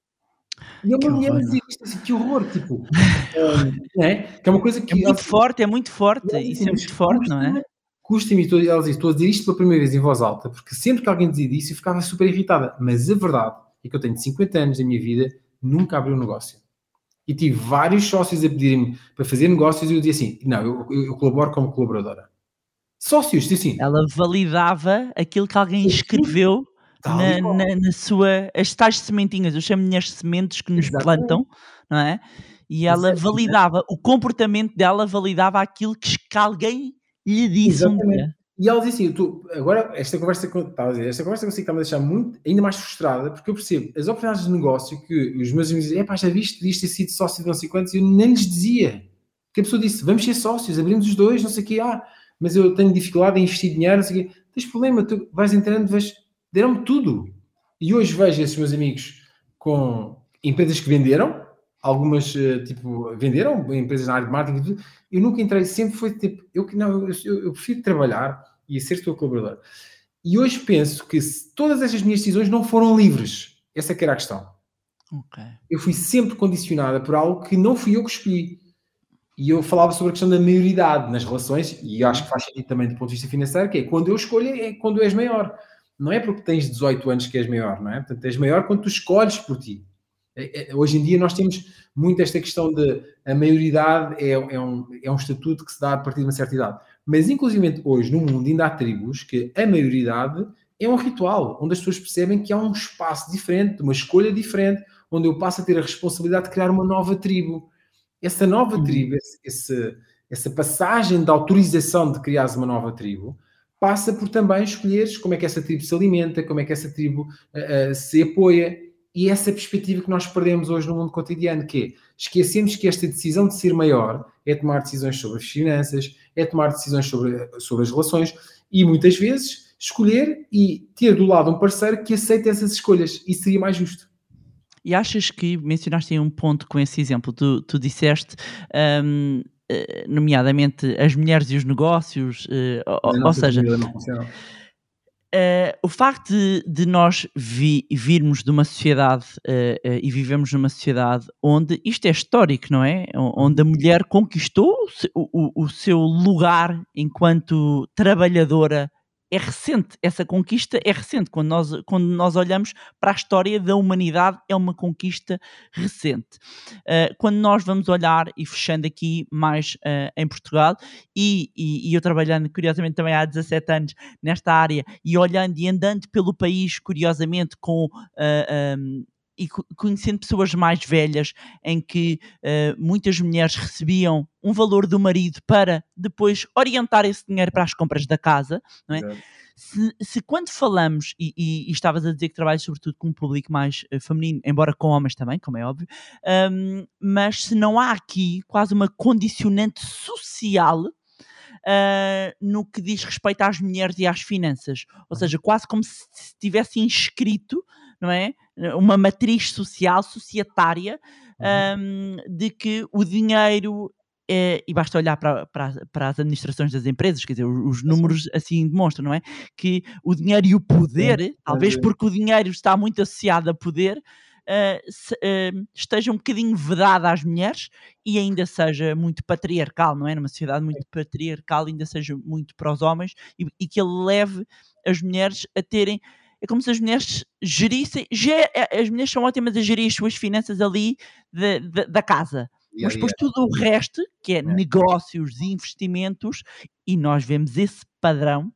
E é Que uma mulher a horror, não? dizer isto assim, que horror, tipo, um, não é? Que é uma coisa É que ela muito forte, é muito forte. ela diz Isso assim, é mas muito forte, não é? custa-me, custa-me, e estou- ela diz, estou a dizer isto pela primeira vez em voz alta, porque sempre que alguém dizia isso eu ficava super irritada, mas a verdade é que eu tenho cinquenta anos da minha vida, nunca abri um negócio. E tive vários sócios a pedirem-me para fazer negócios e eu dizia assim, não, eu, eu, eu colaboro como colaboradora. Sócios, dizia assim, Ela validava aquilo que alguém aquilo escreveu tal e na qual. na na sua as tais sementinhas, eu chamo-lhe as sementes que nos Exatamente, plantam, não é? E ela exatamente, validava, o comportamento dela validava aquilo que que alguém lhe disse um exatamente. dia. E ela dizia assim, eu tô, agora esta conversa, que eu estava a dizer, esta conversa consigo está-me a deixar muito, ainda mais frustrada, porque eu percebo as oportunidades de negócio que os meus amigos dizem, epá, já viste, podias ter sido sócio de não sei quantos, e eu nem lhes dizia. Porque a pessoa disse, vamos ser sócios, abrimos os dois, não sei o quê, ah, mas eu tenho dificuldade em investir dinheiro, não sei o quê. Tens problema, tu vais entrando, vais, deram-me tudo. E hoje vejo esses meus amigos com empresas que venderam, algumas, eh, tipo, venderam, empresas na área de marketing e tudo. Eu nunca entrei, sempre foi tipo, eu, não, eu, eu, eu prefiro trabalhar e ser teu colaborador. E hoje penso que se todas estas minhas decisões não foram livres. Essa que era a questão. Ok. Eu fui sempre condicionada por algo que não fui eu que escolhi. E eu falava sobre a questão da maioridade nas relações, e acho que faz sentido também do ponto de vista financeiro, que é quando eu escolho é quando és maior. Não é porque tens dezoito anos que és maior, não é? Portanto, és maior quando tu escolhes por ti. É, é, hoje em dia nós temos muito esta questão de a maioridade é, é, um, é um estatuto que se dá a partir de uma certa idade. Mas, inclusive, hoje no mundo ainda há tribos que a maioridade é um ritual, onde as pessoas percebem que há um espaço diferente, uma escolha diferente, onde eu passo a ter a responsabilidade de criar uma nova tribo. Essa nova Uhum. tribo, esse, esse, essa passagem de autorização de criares uma nova tribo, passa por também escolheres como é que essa tribo se alimenta, como é que essa tribo uh, uh, se apoia. E essa perspectiva que nós perdemos hoje no mundo cotidiano, que é, esquecemos que esta decisão de ser maior é tomar decisões sobre as finanças, é tomar decisões sobre, sobre as relações e muitas vezes escolher e ter do lado um parceiro que aceite essas escolhas. Isso seria mais justo. E achas que, mencionaste aí um ponto com esse exemplo, tu, tu disseste, um, nomeadamente, as mulheres e os negócios, uh, ou, ou seja, não funciona. Uh, o facto de, de nós vi, virmos de uma sociedade uh, uh, e vivemos numa sociedade onde isto é histórico, não é? Onde a mulher conquistou o, o, o seu lugar enquanto trabalhadora é recente, essa conquista é recente. Quando nós, quando nós olhamos para a história da humanidade, é uma conquista recente. Uh, quando nós vamos olhar, e fechando aqui mais uh, em Portugal, e, e, e eu trabalhando, curiosamente, também há dezassete anos nesta área, e olhando e andando pelo país, curiosamente, com... Uh, um, e conhecendo pessoas mais velhas, em que uh, muitas mulheres recebiam um valor do marido para depois orientar esse dinheiro para as compras da casa, não é? Se, se quando falamos, e, e, e estavas a dizer que trabalhas sobretudo com um público mais uh, feminino, embora com homens também, como é óbvio, um, mas se não há aqui quase uma condicionante social Uh, no que diz respeito às mulheres e às finanças, ou seja, quase como se tivesse inscrito, não é, uma matriz social, societária, um, de que o dinheiro é, e basta olhar para, para, para as administrações das empresas, quer dizer, os números assim demonstram, não é, que o dinheiro e o poder, sim, talvez porque o dinheiro está muito associado a poder, Uh, se, uh, esteja um bocadinho vedada às mulheres e ainda seja muito patriarcal, não é? Numa sociedade muito patriarcal, ainda seja muito para os homens e, e que ele leve as mulheres a terem... É como se as mulheres gerissem... Ger, as mulheres são ótimas a gerir as suas finanças ali de, de, da casa. Yeah, mas depois yeah. tudo o resto, que é yeah. negócios, investimentos, e nós vemos esse padrão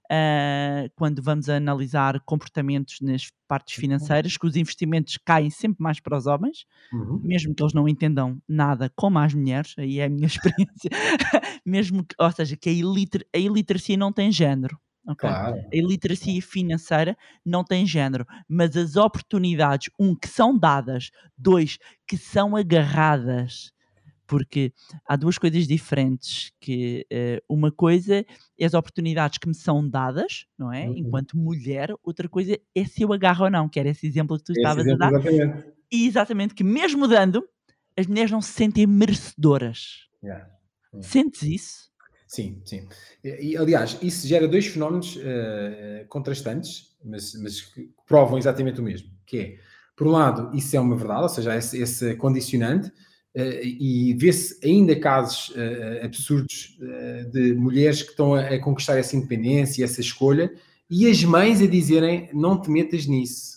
Uh, quando vamos a analisar comportamentos nas partes financeiras, que os investimentos caem sempre mais para os homens, uhum. mesmo que eles não entendam nada como as mulheres, aí é a minha experiência, mesmo que, ou seja, que a, iliter, a iliteracia não tem género. Okay? Claro. A iliteracia financeira não tem género, mas as oportunidades, um, que são dadas, dois, que são agarradas, porque há duas coisas diferentes, que uh, uma coisa é as oportunidades que me são dadas, não é? Uhum. Enquanto mulher, outra coisa é se eu agarro ou não, que era esse exemplo que tu esse estavas exemplo, a dar. Exatamente. E exatamente, que mesmo dando, as mulheres não se sentem merecedoras. Yeah. Yeah. Sentes isso? Sim, sim. E, aliás, isso gera dois fenómenos uh, contrastantes, mas, mas que provam exatamente o mesmo, que é, por um lado, isso é uma verdade, ou seja, esse, esse condicionante. Uh, e vê-se ainda casos uh, absurdos uh, de mulheres que estão a, a conquistar essa independência, essa escolha, e as mães a dizerem, não te metas nisso.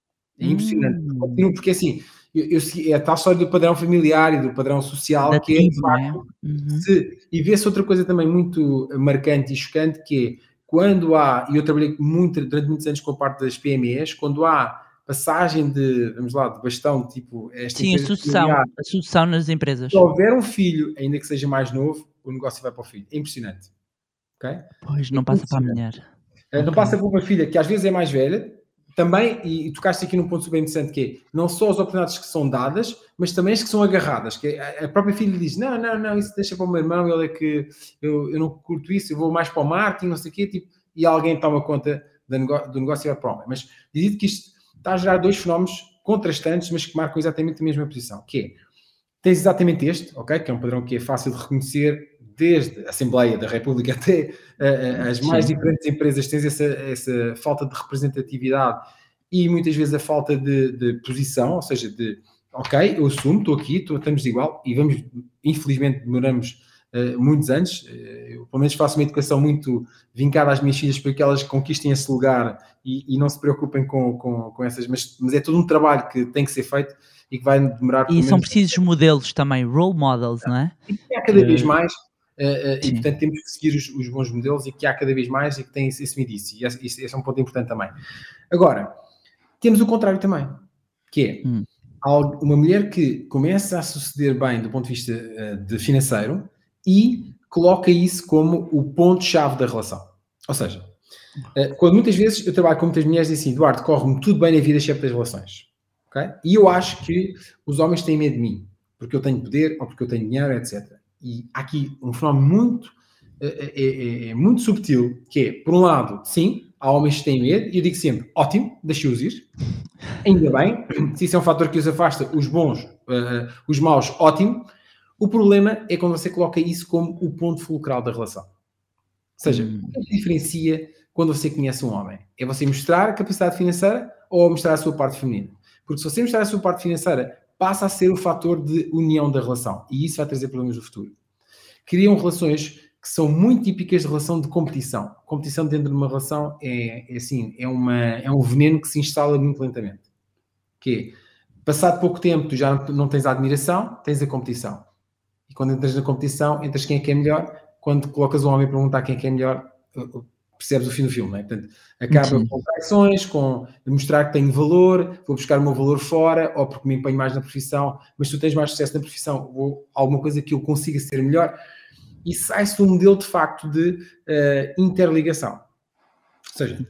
É impressionante. Hum. Porque assim, eu, eu, é a tal história do padrão familiar e do padrão social, da que tribo, é, de facto, é? Uhum. se, e vê-se outra coisa também muito marcante e chocante, que é, quando há, e eu trabalhei muito, durante muitos anos com a parte das P M Es, quando há passagem de, vamos lá, de bastão, tipo... Esta Sim, a sucessão, familiar, a sucessão nas empresas. Se houver um filho, ainda que seja mais novo, o negócio vai para o filho. É impressionante. Okay? Pois, não é passa para a mulher. Não okay. passa para uma filha que às vezes é mais velha, também, e, e tocaste aqui num ponto super interessante, que é, não só as oportunidades que são dadas, mas também as que são agarradas, que a, a própria filha diz, não, não, não, isso deixa para o meu irmão, ele é que, eu, eu não curto isso, eu vou mais para o marketing, não sei o quê, tipo, e alguém toma conta do negócio, do negócio e vai para o homem. Mas, dito que isto está a gerar dois fenómenos contrastantes, mas que marcam exatamente a mesma posição, que é, tens exatamente este, ok, que é um padrão que é fácil de reconhecer, desde a Assembleia da República até uh, as mais Sim. diferentes empresas, tens essa, essa falta de representatividade e muitas vezes a falta de, de posição, ou seja, de, ok, eu assumo, estou aqui, estou, estamos igual, e vamos, infelizmente, demoramos uh, muitos anos, uh, eu pelo menos faço uma educação muito vincada às minhas filhas para que elas conquistem esse lugar e, e não se preocupem com, com, com essas, mas, mas é todo um trabalho que tem que ser feito e que vai demorar... E são precisos modelos também, role models, não é? E que há cada vez mais, uh, uh, e portanto temos que seguir os, os bons modelos e que há cada vez mais e que tem esse, esse indício, e esse, esse é um ponto importante também. Agora, temos o contrário também, que é hum. uma mulher que começa a suceder bem do ponto de vista uh, de financeiro e coloca isso como o ponto-chave da relação. Ou seja, uh, quando muitas vezes eu trabalho com muitas mulheres e assim, Eduardo, corre-me tudo bem na vida, exceto das relações. Okay? E eu acho que os homens têm medo de mim, porque eu tenho poder ou porque eu tenho dinheiro, etcétera. E há aqui um fenómeno muito, é, é, é muito subtil, que é, por um lado, sim, há homens que têm medo, e eu digo sempre, ótimo, deixe-os ir, ainda bem, se isso é um fator que os afasta, os bons, uh, os maus, ótimo. O problema é quando você coloca isso como o ponto fulcral da relação. Ou seja, hum. o que diferencia quando você conhece um homem? É você mostrar a capacidade financeira ou mostrar a sua parte feminina? Porque se você mostrar a sua parte financeira, passa a ser o fator de união da relação. E isso vai trazer problemas no futuro. Criam relações que são muito típicas de relação de competição. Competição dentro de uma relação é, é assim, é, uma, é um veneno que se instala muito lentamente. Que é, passado pouco tempo, tu já não tens a admiração, tens a competição. E quando entras na competição, entras quem é que é melhor. Quando colocas um homem a perguntar quem é que é melhor, percebes o fim do filme, não é? Portanto, acaba Sim. com traições, com mostrar que tenho valor, vou buscar o meu valor fora, ou porque me empenho mais na profissão, mas tu tens mais sucesso na profissão, vou alguma coisa que eu consiga ser melhor, e sai-se um modelo de facto de uh, interligação. Ou seja,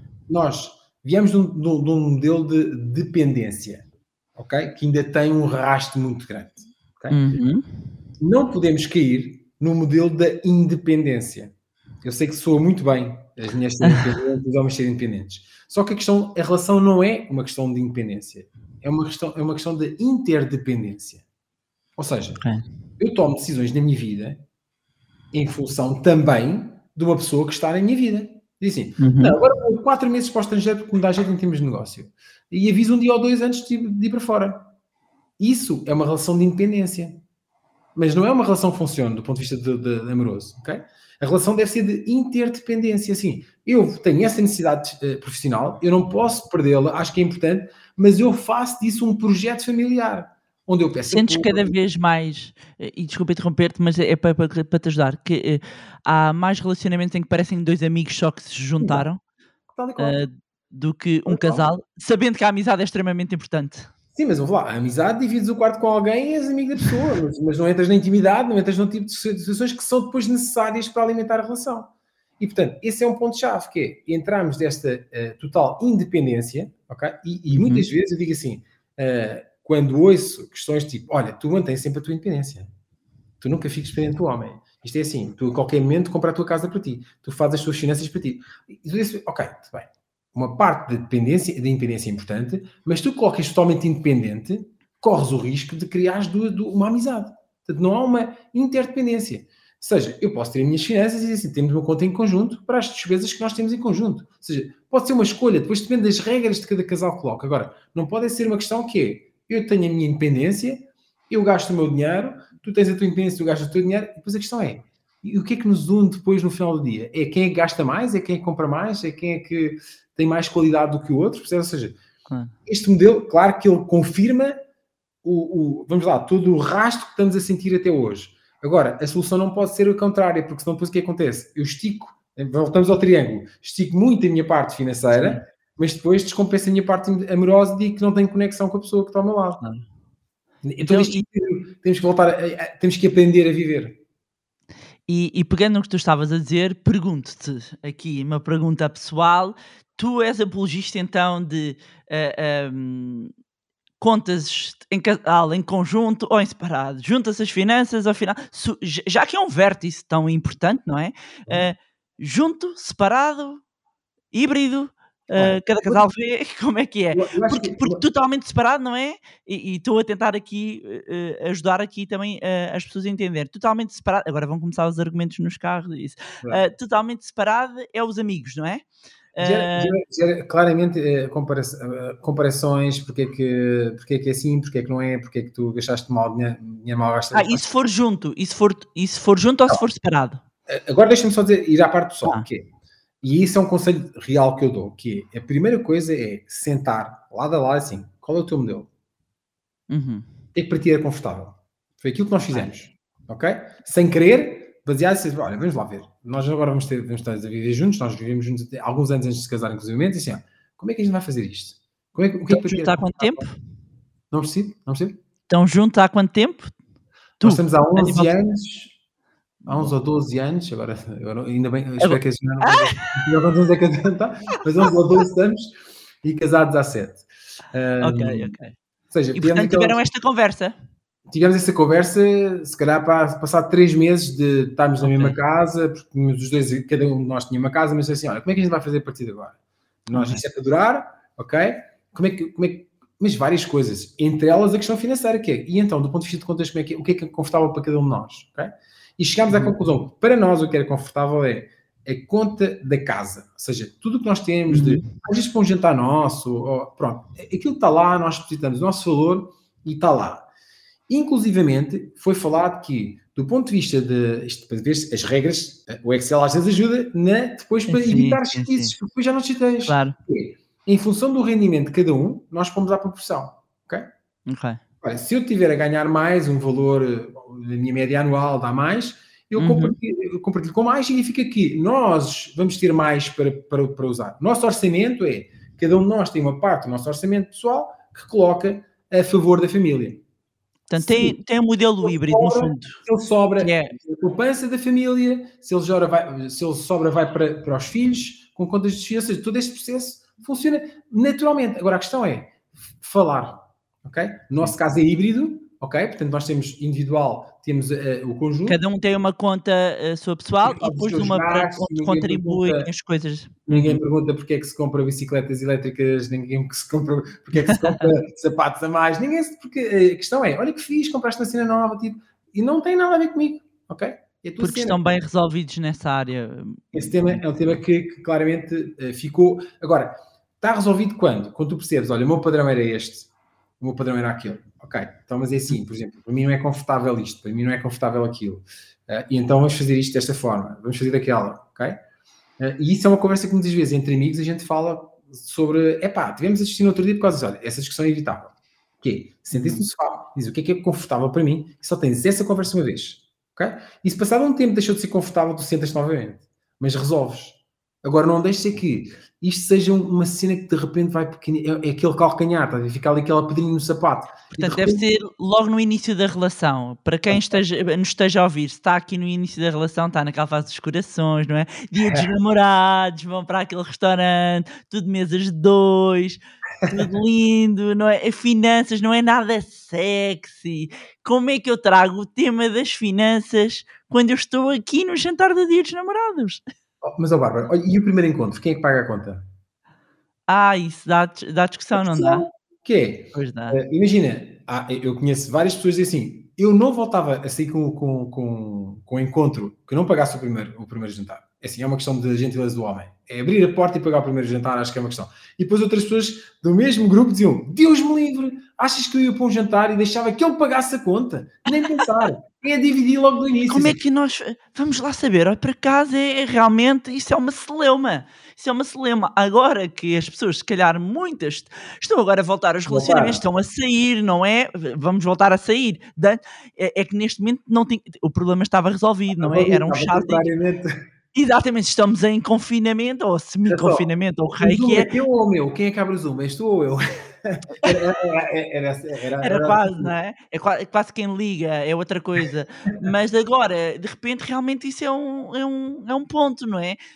nós viemos de um, de um- de um modelo de dependência, ok? Que ainda tem um rastro muito grande. Ok? Uhum. Não podemos cair no modelo da independência. Eu sei que soa muito bem as mulheres serem independentes, os homens serem independentes. Só que a questão, a relação não é uma questão de independência. É uma questão, é uma questão de interdependência. Ou seja, Ok. eu tomo decisões na minha vida em função também de uma pessoa que está na minha vida. Diz assim, Uhum. não, agora vou quatro meses para o estrangeiro porque me dá jeito em termos de negócio. E aviso um dia ou dois antes de ir, de ir para fora. Isso é uma relação de independência. Mas não é uma relação que funcione do ponto de vista de, de, de amoroso, ok? A relação deve ser de interdependência, assim, eu tenho essa necessidade uh, profissional, eu não posso perdê-la, acho que é importante, mas eu faço disso um projeto familiar, onde eu peço Sentes apoio. cada vez mais, eh, e desculpa interromper-te, mas é para, para, para te ajudar, que eh, há mais relacionamentos em que parecem dois amigos só que se juntaram, Tal e qual. eh, do que Tal um e qual. casal, sabendo que a amizade é extremamente importante. Sim, mas vamos lá, a amizade, divides o quarto com alguém e és amigo da pessoa, mas, mas não entras na intimidade, não entras num tipo de situações que são depois necessárias para alimentar a relação. E, portanto, esse é um ponto-chave, que é entrarmos desta uh, total independência, ok? E, e Uhum. muitas vezes eu digo assim, uh, quando ouço questões tipo, olha, tu mantens sempre a tua independência, tu nunca fiques dependente do homem. Isto é assim, tu a qualquer momento compras a tua casa para ti, tu fazes as tuas finanças para ti. E tu dizes, ok, tudo bem. Uma parte da dependência, da independência é importante, mas tu colocas totalmente independente, corres o risco de criares do, do, uma amizade. Portanto, não há uma interdependência. Ou seja, eu posso ter as minhas finanças e dizer assim, temos uma conta em conjunto para as despesas que nós temos em conjunto. Ou seja, pode ser uma escolha, depois depende das regras de cada casal que coloca. Agora, não pode ser uma questão que é, eu tenho a minha independência, eu gasto o meu dinheiro, tu tens a tua independência, tu gastas o teu dinheiro, e depois a questão é, e o que é que nos une depois no final do dia? É quem é que gasta mais? É quem é que compra mais? É quem é que tem mais qualidade do que o outro? Ou seja, Claro. este modelo, claro que ele confirma o, o, vamos lá, todo o rastro que estamos a sentir até hoje. Agora, a solução não pode ser a contrária, porque senão depois o que acontece? Eu estico, voltamos ao triângulo, estico muito a minha parte financeira, Sim. mas depois descompensa a minha parte amorosa e digo que não tenho conexão com a pessoa que está ao meu lado. Claro. Então, Então, isto, temos que voltar, a, a, temos que aprender a viver. E, e pegando no que tu estavas a dizer, pergunto-te aqui uma pergunta pessoal. Tu és apologista então de uh, um, contas em casal, em conjunto ou em separado? Junta-se as finanças ao final, su- j- já que é um vértice tão importante, não é? Uh, junto, separado, híbrido, uh, Olha, cada casal vê como é que é. eu, eu acho Porque, que porque totalmente separado, não é? E e estou a tentar aqui uh, uh, ajudar aqui também uh, as pessoas a entender. Totalmente separado, agora vão começar os argumentos nos carros e isso. Uh, totalmente separado é os amigos, não é? Gera, Uh, gera- gera claramente eh, compara- eh, comparações, porque é, que, porque é que é assim, porque é que não é, porque é que tu gastaste mal, dinheiro dinheiro mal gasto. ah, e se for junto? E se for, e se for junto ou se for separado? Agora deixa-me só dizer, ir à parte do sol, Ah. que é, e isso é um conselho real que eu dou, que é, a primeira coisa é sentar lado a lado assim, qual é o teu modelo? Uhum. O que é que para ti era confortável? Foi aquilo que nós fizemos, ok? Sem querer, baseado em, olha, vamos lá ver, nós agora vamos, ter, vamos estar a viver juntos, nós vivemos juntos até alguns anos antes de se casar, inclusive, e assim, ó, como é que a gente vai fazer isto? Como é que, o que é que Estão para ti juntos era há quanto tempo? confortável? Não percebo, não percebo. Estão juntos há quanto tempo? Tu, Nós estamos há a onze nível- anos, há onze ou doze anos, agora, agora ainda bem, eu espero Agora- que a senhora não tenha quantos anos é que a gente está, mas onze ou doze anos e casados há sete. Um, Ok, ok. Ou seja, E tivemos, portanto tiveram aquelas- esta conversa. tivemos essa conversa, se calhar para passar três meses de estarmos na Ok. mesma casa, porque tínhamos os dois, cada um de nós tinha uma casa, mas assim, olha, como é que a gente vai fazer a partir de agora? Nós, Ok. isto é para durar, ok? Como é que, como é que, mas várias coisas, entre elas a questão financeira, que é, e então, do ponto de vista de contas, como é que, o que é que é confortável para cada um de nós, ok? E chegámos à Uhum. conclusão que, para nós, o que era confortável é a conta da casa, ou seja, tudo o que nós temos, de, Uhum. às vezes para um jantar nosso, ou, pronto, aquilo que está lá, nós depositamos o nosso valor e está lá. Inclusivamente, foi falado que, do ponto de vista de isto, para ver as regras, o Excel às vezes ajuda na, depois para Sim, evitar sim, chatices, sim. porque depois já não chateias. Claro. Porque, em função do rendimento de cada um, nós pomos à proporção. Ok? Ok. Olha, se eu tiver a ganhar mais, um valor, eh, a minha média anual dá mais, eu Uhum. compartilho, eu compartilho com mais, significa que nós vamos ter mais para, para, para usar. Nosso orçamento é, cada um de nós tem uma parte do nosso orçamento pessoal que coloca a favor da família. Portanto, Se tem, tem um modelo ele híbrido, no sobra, fundo, se ele sobra, que é a poupança da família, se ele, sobra, vai, se ele sobra, vai para, para os filhos, com contas de desfio, ou seja, todo este processo funciona naturalmente. Agora, a questão é falar, ok? No nosso caso é híbrido, ok? Portanto, nós temos individual, temos uh, o conjunto. cada um tem uma conta uh, sua pessoal e Faz os depois seus uma para gastos, onde ninguém contribuem pergunta, as coisas. ninguém Uhum. pergunta porque é que se compra bicicletas elétricas, ninguém que se compra, porque é que se compra sapatos a mais, ninguém se, porque a questão é, olha que fiz, compraste uma cena nova, tipo, e não tem nada a ver comigo, ok? É a tua Porque cena. estão bem resolvidos nessa área. Esse tema é um tema que, que claramente uh, ficou. Agora, está resolvido quando? Quando tu percebes, olha, o meu padrão era este, o meu padrão era aquele. Ok, então, mas é assim, por exemplo, para mim não é confortável isto, para mim não é confortável aquilo. Uh, e então vamos fazer isto desta forma, vamos fazer daquela, ok? Uh, e isso é uma conversa que muitas vezes entre amigos a gente fala sobre, epá, tivemos a assistir no outro dia por causa disso, olha, essa discussão é evitável. O quê? Sentem-se no sofá, diz o que é que é confortável para mim, e só tens essa conversa uma vez. Okay? E se passado um tempo deixou de ser confortável, tu sentas novamente. Mas resolves. Agora não deixes que isto seja uma cena que de repente vai pequenino. É, é aquele calcanhar, tá? Fica ali aquela pedrinha no sapato. Portanto, de repente, deve ser logo no início da relação. Para quem esteja, nos esteja a ouvir, se está aqui no início da relação, está naquela fase dos corações, não é? Dia dos namorados, vão para aquele restaurante, tudo mesas de dois, tudo lindo, não é? Finanças não é nada sexy. Como é que eu trago o tema das finanças quando eu estou aqui no jantar do Dia dos Namorados? Oh, mas, ó, Bárbara, olha, e o primeiro encontro? Quem é que paga a conta? Ah, isso dá, dis- dá discussão, não dá? Que é? Pois dá. Uh, imagina, ah, eu conheço várias pessoas que dizem assim, eu não voltava a sair com, com, com, com um encontro que não pagasse o primeiro, o primeiro jantar. É assim, é uma questão de gentileza do homem. É abrir a porta e pagar o primeiro jantar, acho que é uma questão. E depois outras pessoas do mesmo grupo diziam, Deus me livre, achas que eu ia para um jantar e deixava que ele pagasse a conta? Nem pensar. É dividir logo do início. Como é que nós vamos lá saber? Olha, para casa é, é realmente, isso é uma celeuma. Isso é uma celeuma. Agora que as pessoas, se calhar muitas, estão agora a voltar aos relacionamentos, estão a sair, não é? Vamos voltar a sair. Da- É, é que neste momento não tem, o problema estava resolvido, não é? Era um chá de... Exatamente, estamos em confinamento, ou semi-confinamento, ou o que O raio Zoom que é é. teu ou o meu? Quem é que abre o Zoom? És tu ou eu? Era, era, era, era, Era quase, não é? É qua- é quase quem liga, é outra coisa. Mas agora, de repente, realmente isso é um, é um, é um ponto, não é?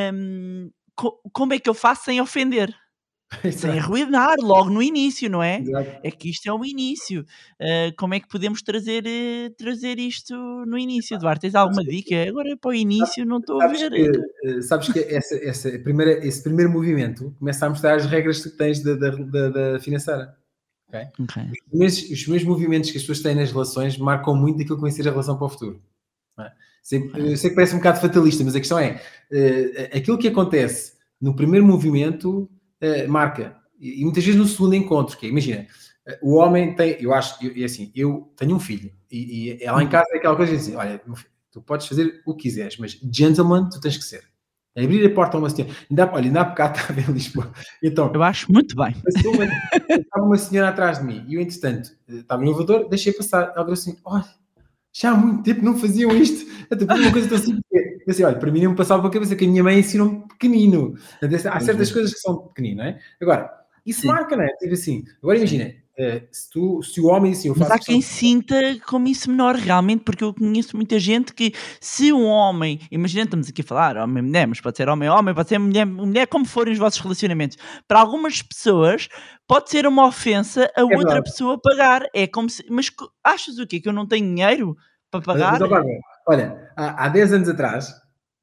Hum, co- como é que eu faço sem ofender? Sem Exato, arruinar logo no início, não é? exato. É que isto é o início. Ah, como é que podemos trazer, eh, trazer isto no início, Eduardo? Tens alguma dica? Agora para o início não estou a Sabes ver. que, eh, sabes que essa, essa primeira, esse primeiro movimento começa a mostrar as regras que tens da, da, da, da financeira. Okay? Ok. Os, primeiros, os primeiros movimentos que as pessoas têm nas relações marcam muito aquilo que vai ser a relação para o futuro. Não é? Sei, eu sei que parece um bocado fatalista, mas a questão é uh, aquilo que acontece no primeiro movimento uh, marca. E, e muitas vezes no segundo encontro, que é, imagina, uh, o homem tem, eu acho, e assim, eu tenho um filho, e, e lá em casa é aquela coisa de dizer, olha, meu filho, tu podes fazer o que quiseres, mas gentleman tu tens que ser. Abrir a porta a uma senhora. Ainda, olha, ainda há bocado estava em Lisboa. Então, Eu acho muito bem. passou uma, estava uma senhora atrás de mim e eu, entretanto, estava no elevador, deixei passar. Ela disse assim: olha, já há muito tempo não faziam isto. Até por uma coisa tão simples. Eu disse, olha, para mim não me passava pela cabeça que a minha mãe ensinou-me pequenino. Há certas Uhum. coisas que são pequeninas, não é? Agora, isso Sim. marca, não é? Tipo assim, agora imagina, uh, se, tu, se o homem assim, eu Mas faço há questão quem de- sinta como isso menor realmente, porque eu conheço muita gente que se um homem, imagina, estamos aqui a falar homem e mulher, mas pode ser homem homem, pode ser mulher mulher, como forem os vossos relacionamentos. Para algumas pessoas pode ser uma ofensa a É outra verdade. pessoa pagar. É como se, mas co- achas o quê? Que eu não tenho dinheiro para Mas, pagar? mas, ó, Bárbara, olha, há, há dez anos atrás,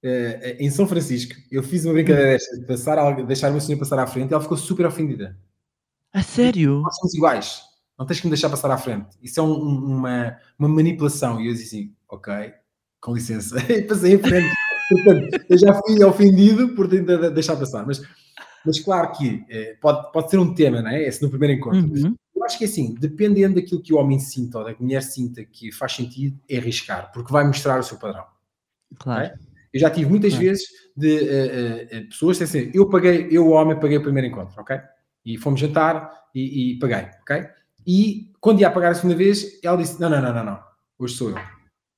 eh, em São Francisco, eu fiz uma brincadeira Hum. desta, de passar, algo- deixar uma senhora passar à frente e ela ficou super ofendida. A sério? Nós somos iguais, não tens que me deixar passar à frente. Isso é um- um- uma, uma manipulação. E eu disse assim, ok, com licença. E passei em frente. Portanto, eu já fui ofendido por tentar de- deixar passar. Mas, mas claro que eh, pode, pode ser um tema, não é? Esse no primeiro encontro. Mas Uhum. eu acho que é assim, dependendo daquilo que o homem sinta ou da mulher sinta que faz sentido, é arriscar, porque vai mostrar o seu padrão. Claro. Ok? Eu já tive muitas Claro. vezes de uh, uh, uh, pessoas que assim, eu paguei, eu, o homem, paguei o primeiro encontro, ok? E fomos jantar e, e paguei, ok? E quando ia a pagar a segunda vez, ela disse, não, não, não, não, não, hoje sou eu.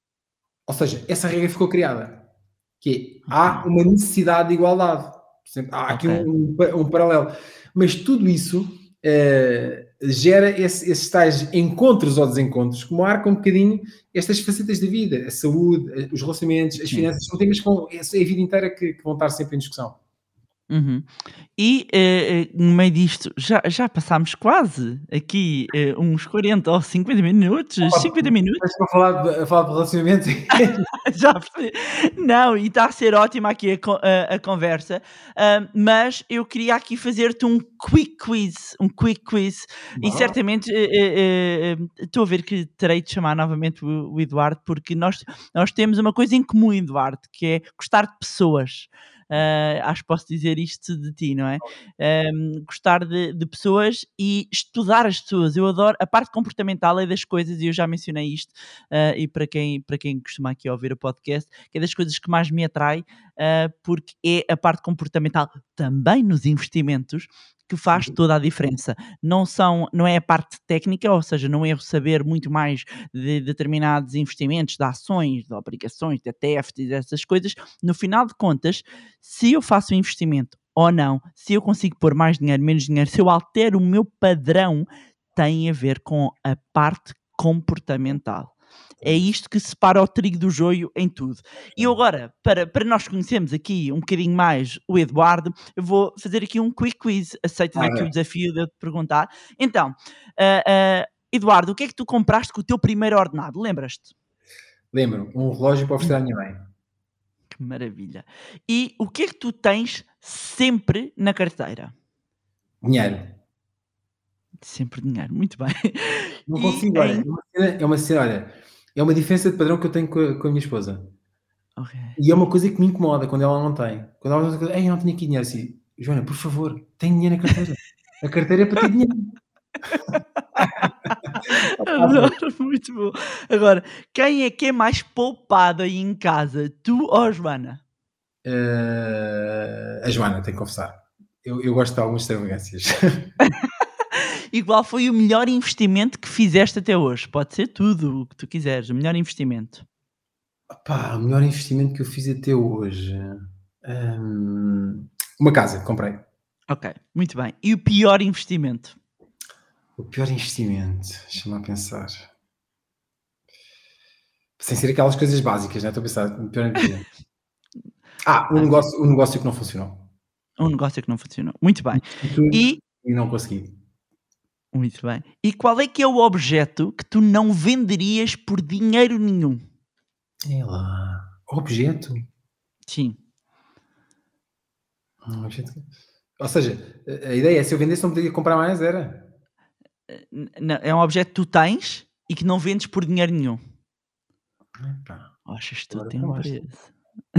Ou seja, essa regra ficou criada, que é, há uma necessidade de igualdade. Por exemplo, há aqui Ok. um, um, um paralelo. Mas tudo isso uh, gera esse, esses tais encontros ou desencontros que marcam um bocadinho estas facetas da vida. A saúde, os relacionamentos, as Sim. finanças, são temas que vão, é a vida inteira que, que vão estar sempre em discussão. Uhum. E eh, eh, no meio disto, já, já passámos quase aqui eh, uns quarenta ou cinquenta minutos, cinquenta minutos. Mas para falar de, a falar de relacionamento, Já percebi. Não, e está a ser ótima aqui a, co- a- a conversa, ah, mas eu queria aqui fazer-te um quick quiz, um quick quiz, e Bom. certamente eh, eh, eh, estou a ver que terei de chamar novamente o, o Eduardo, porque nós, nós temos uma coisa em comum, Eduardo, que é gostar de pessoas. Ah, acho que posso dizer isto de ti, não é? Um, gostar de, de pessoas e estudar as pessoas. Eu adoro a parte comportamental é das coisas, e eu já mencionei isto, uh, e para quem, para quem costuma aqui ouvir o podcast, que é das coisas que mais me atrai, uh, porque é a parte comportamental também nos investimentos que faz toda a diferença. Não, são, não é a parte técnica, ou seja, não é o saber muito mais de determinados investimentos, de ações, de obrigações, de E T Fs e dessas coisas. No final de contas, se eu faço um investimento ou não, se eu consigo pôr mais dinheiro, menos dinheiro, se eu altero o meu padrão, tem a ver com a parte comportamental. É isto que separa o trigo do joio em tudo. E eu agora, para, para nós conhecermos aqui um bocadinho mais o Eduardo, eu vou fazer aqui um quick quiz. Aceitas Ah, aqui é. o desafio de eu te perguntar? Então, ah, ah, Eduardo, o que é que tu compraste com o teu primeiro ordenado? Lembras-te? lembro, um relógio para oferecer à minha mãe. Que maravilha. E o que é que tu tens sempre na carteira? Dinheiro. Sempre dinheiro, muito bem. Não E consigo, olha, em- é uma cena, é uma cena, olha, é uma diferença de padrão que eu tenho com a, com a minha esposa. Ok. E é uma coisa que me incomoda quando ela não tem. Quando ela diz, ei, eu não tenho aqui dinheiro, assim, Joana, por favor, tem dinheiro na carteira. A carteira é para ter dinheiro. Adoro, muito bom. Agora, quem é que é mais poupado aí em casa? Tu ou a Joana? Uh, a Joana, tenho que confessar. Eu, eu gosto de algumas extravagâncias. E qual foi o melhor investimento que fizeste até hoje? Pode ser tudo o que tu quiseres, o melhor investimento. Pá, o melhor investimento que eu fiz até hoje. Hum, uma casa, comprei. Ok, muito bem. E o pior investimento? O pior investimento, deixa-me lá pensar. Sem ser aquelas coisas básicas, né? Estou a pensar, o pior investimento. Ah, um negócio, um negócio que não funcionou. Um negócio que não funcionou. Muito bem. E, E não consegui. muito bem. E qual é que é o objeto que tu não venderias por dinheiro nenhum? É lá. Objeto? Sim. Um objeto. Ou seja, a ideia é, se eu vendesse não poderia comprar mais, era? N- não, é um objeto que tu tens e que não vendes por dinheiro nenhum. Epá, Achas que tu agora tem um falaste. preço?